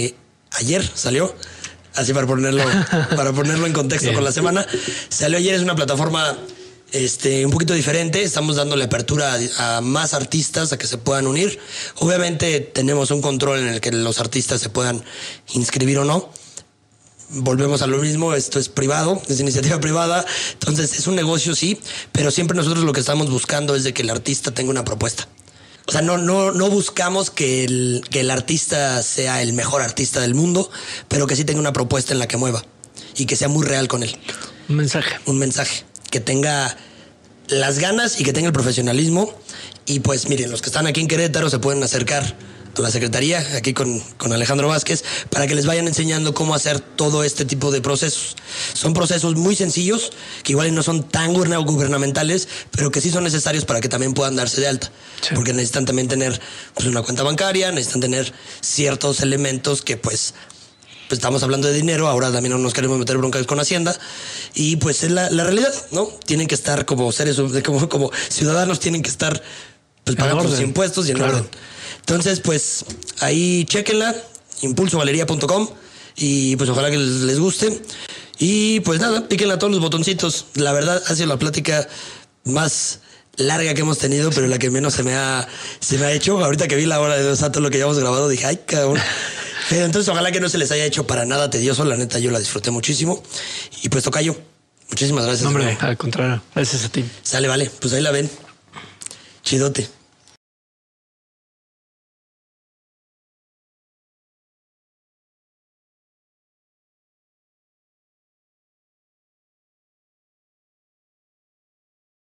salió, así para ponerlo en contexto con la semana. Salió ayer, es una plataforma un poquito diferente. Estamos dándole apertura a más artistas a que se puedan unir. Obviamente tenemos un control en el que los artistas se puedan inscribir o no. Volvemos a lo mismo, esto es privado, es iniciativa privada, entonces es un negocio, sí, pero siempre nosotros lo que estamos buscando es de que el artista tenga una propuesta. O sea, no buscamos que el artista sea el mejor artista del mundo, pero que sí tenga una propuesta en la que mueva y que sea muy real con él. Un mensaje. Que tenga las ganas y que tenga el profesionalismo. Y pues miren, los que están aquí en Querétaro se pueden acercar a la Secretaría, aquí con Alejandro Vázquez, para que les vayan enseñando cómo hacer todo este tipo de procesos. Son procesos muy sencillos, que igual no son tan gubernamentales, pero que sí son necesarios para que también puedan darse de alta. Sí. Porque necesitan también tener una cuenta bancaria, necesitan tener ciertos elementos que pues estamos hablando de dinero, ahora también no nos queremos meter broncas con Hacienda, y pues es la realidad, ¿no? Tienen que estar como seres, como ciudadanos, tienen que estar pues pagando sus impuestos y en orden. Entonces, pues ahí chéquenla, impulsovaleria.com, y pues ojalá que les guste. Y pues nada, píquenle a todos los botoncitos. La verdad ha sido la plática más larga que hemos tenido, pero la que menos se me ha hecho. Ahorita que vi la hora de todo lo que llevamos grabado, dije, ay, cabrón. Pero entonces ojalá que no se les haya hecho para nada tedioso. La neta, yo la disfruté muchísimo. Y pues Tocayo, muchísimas gracias. Hombre, al contrario, gracias a ti. Sale, vale, pues ahí la ven. Chidote.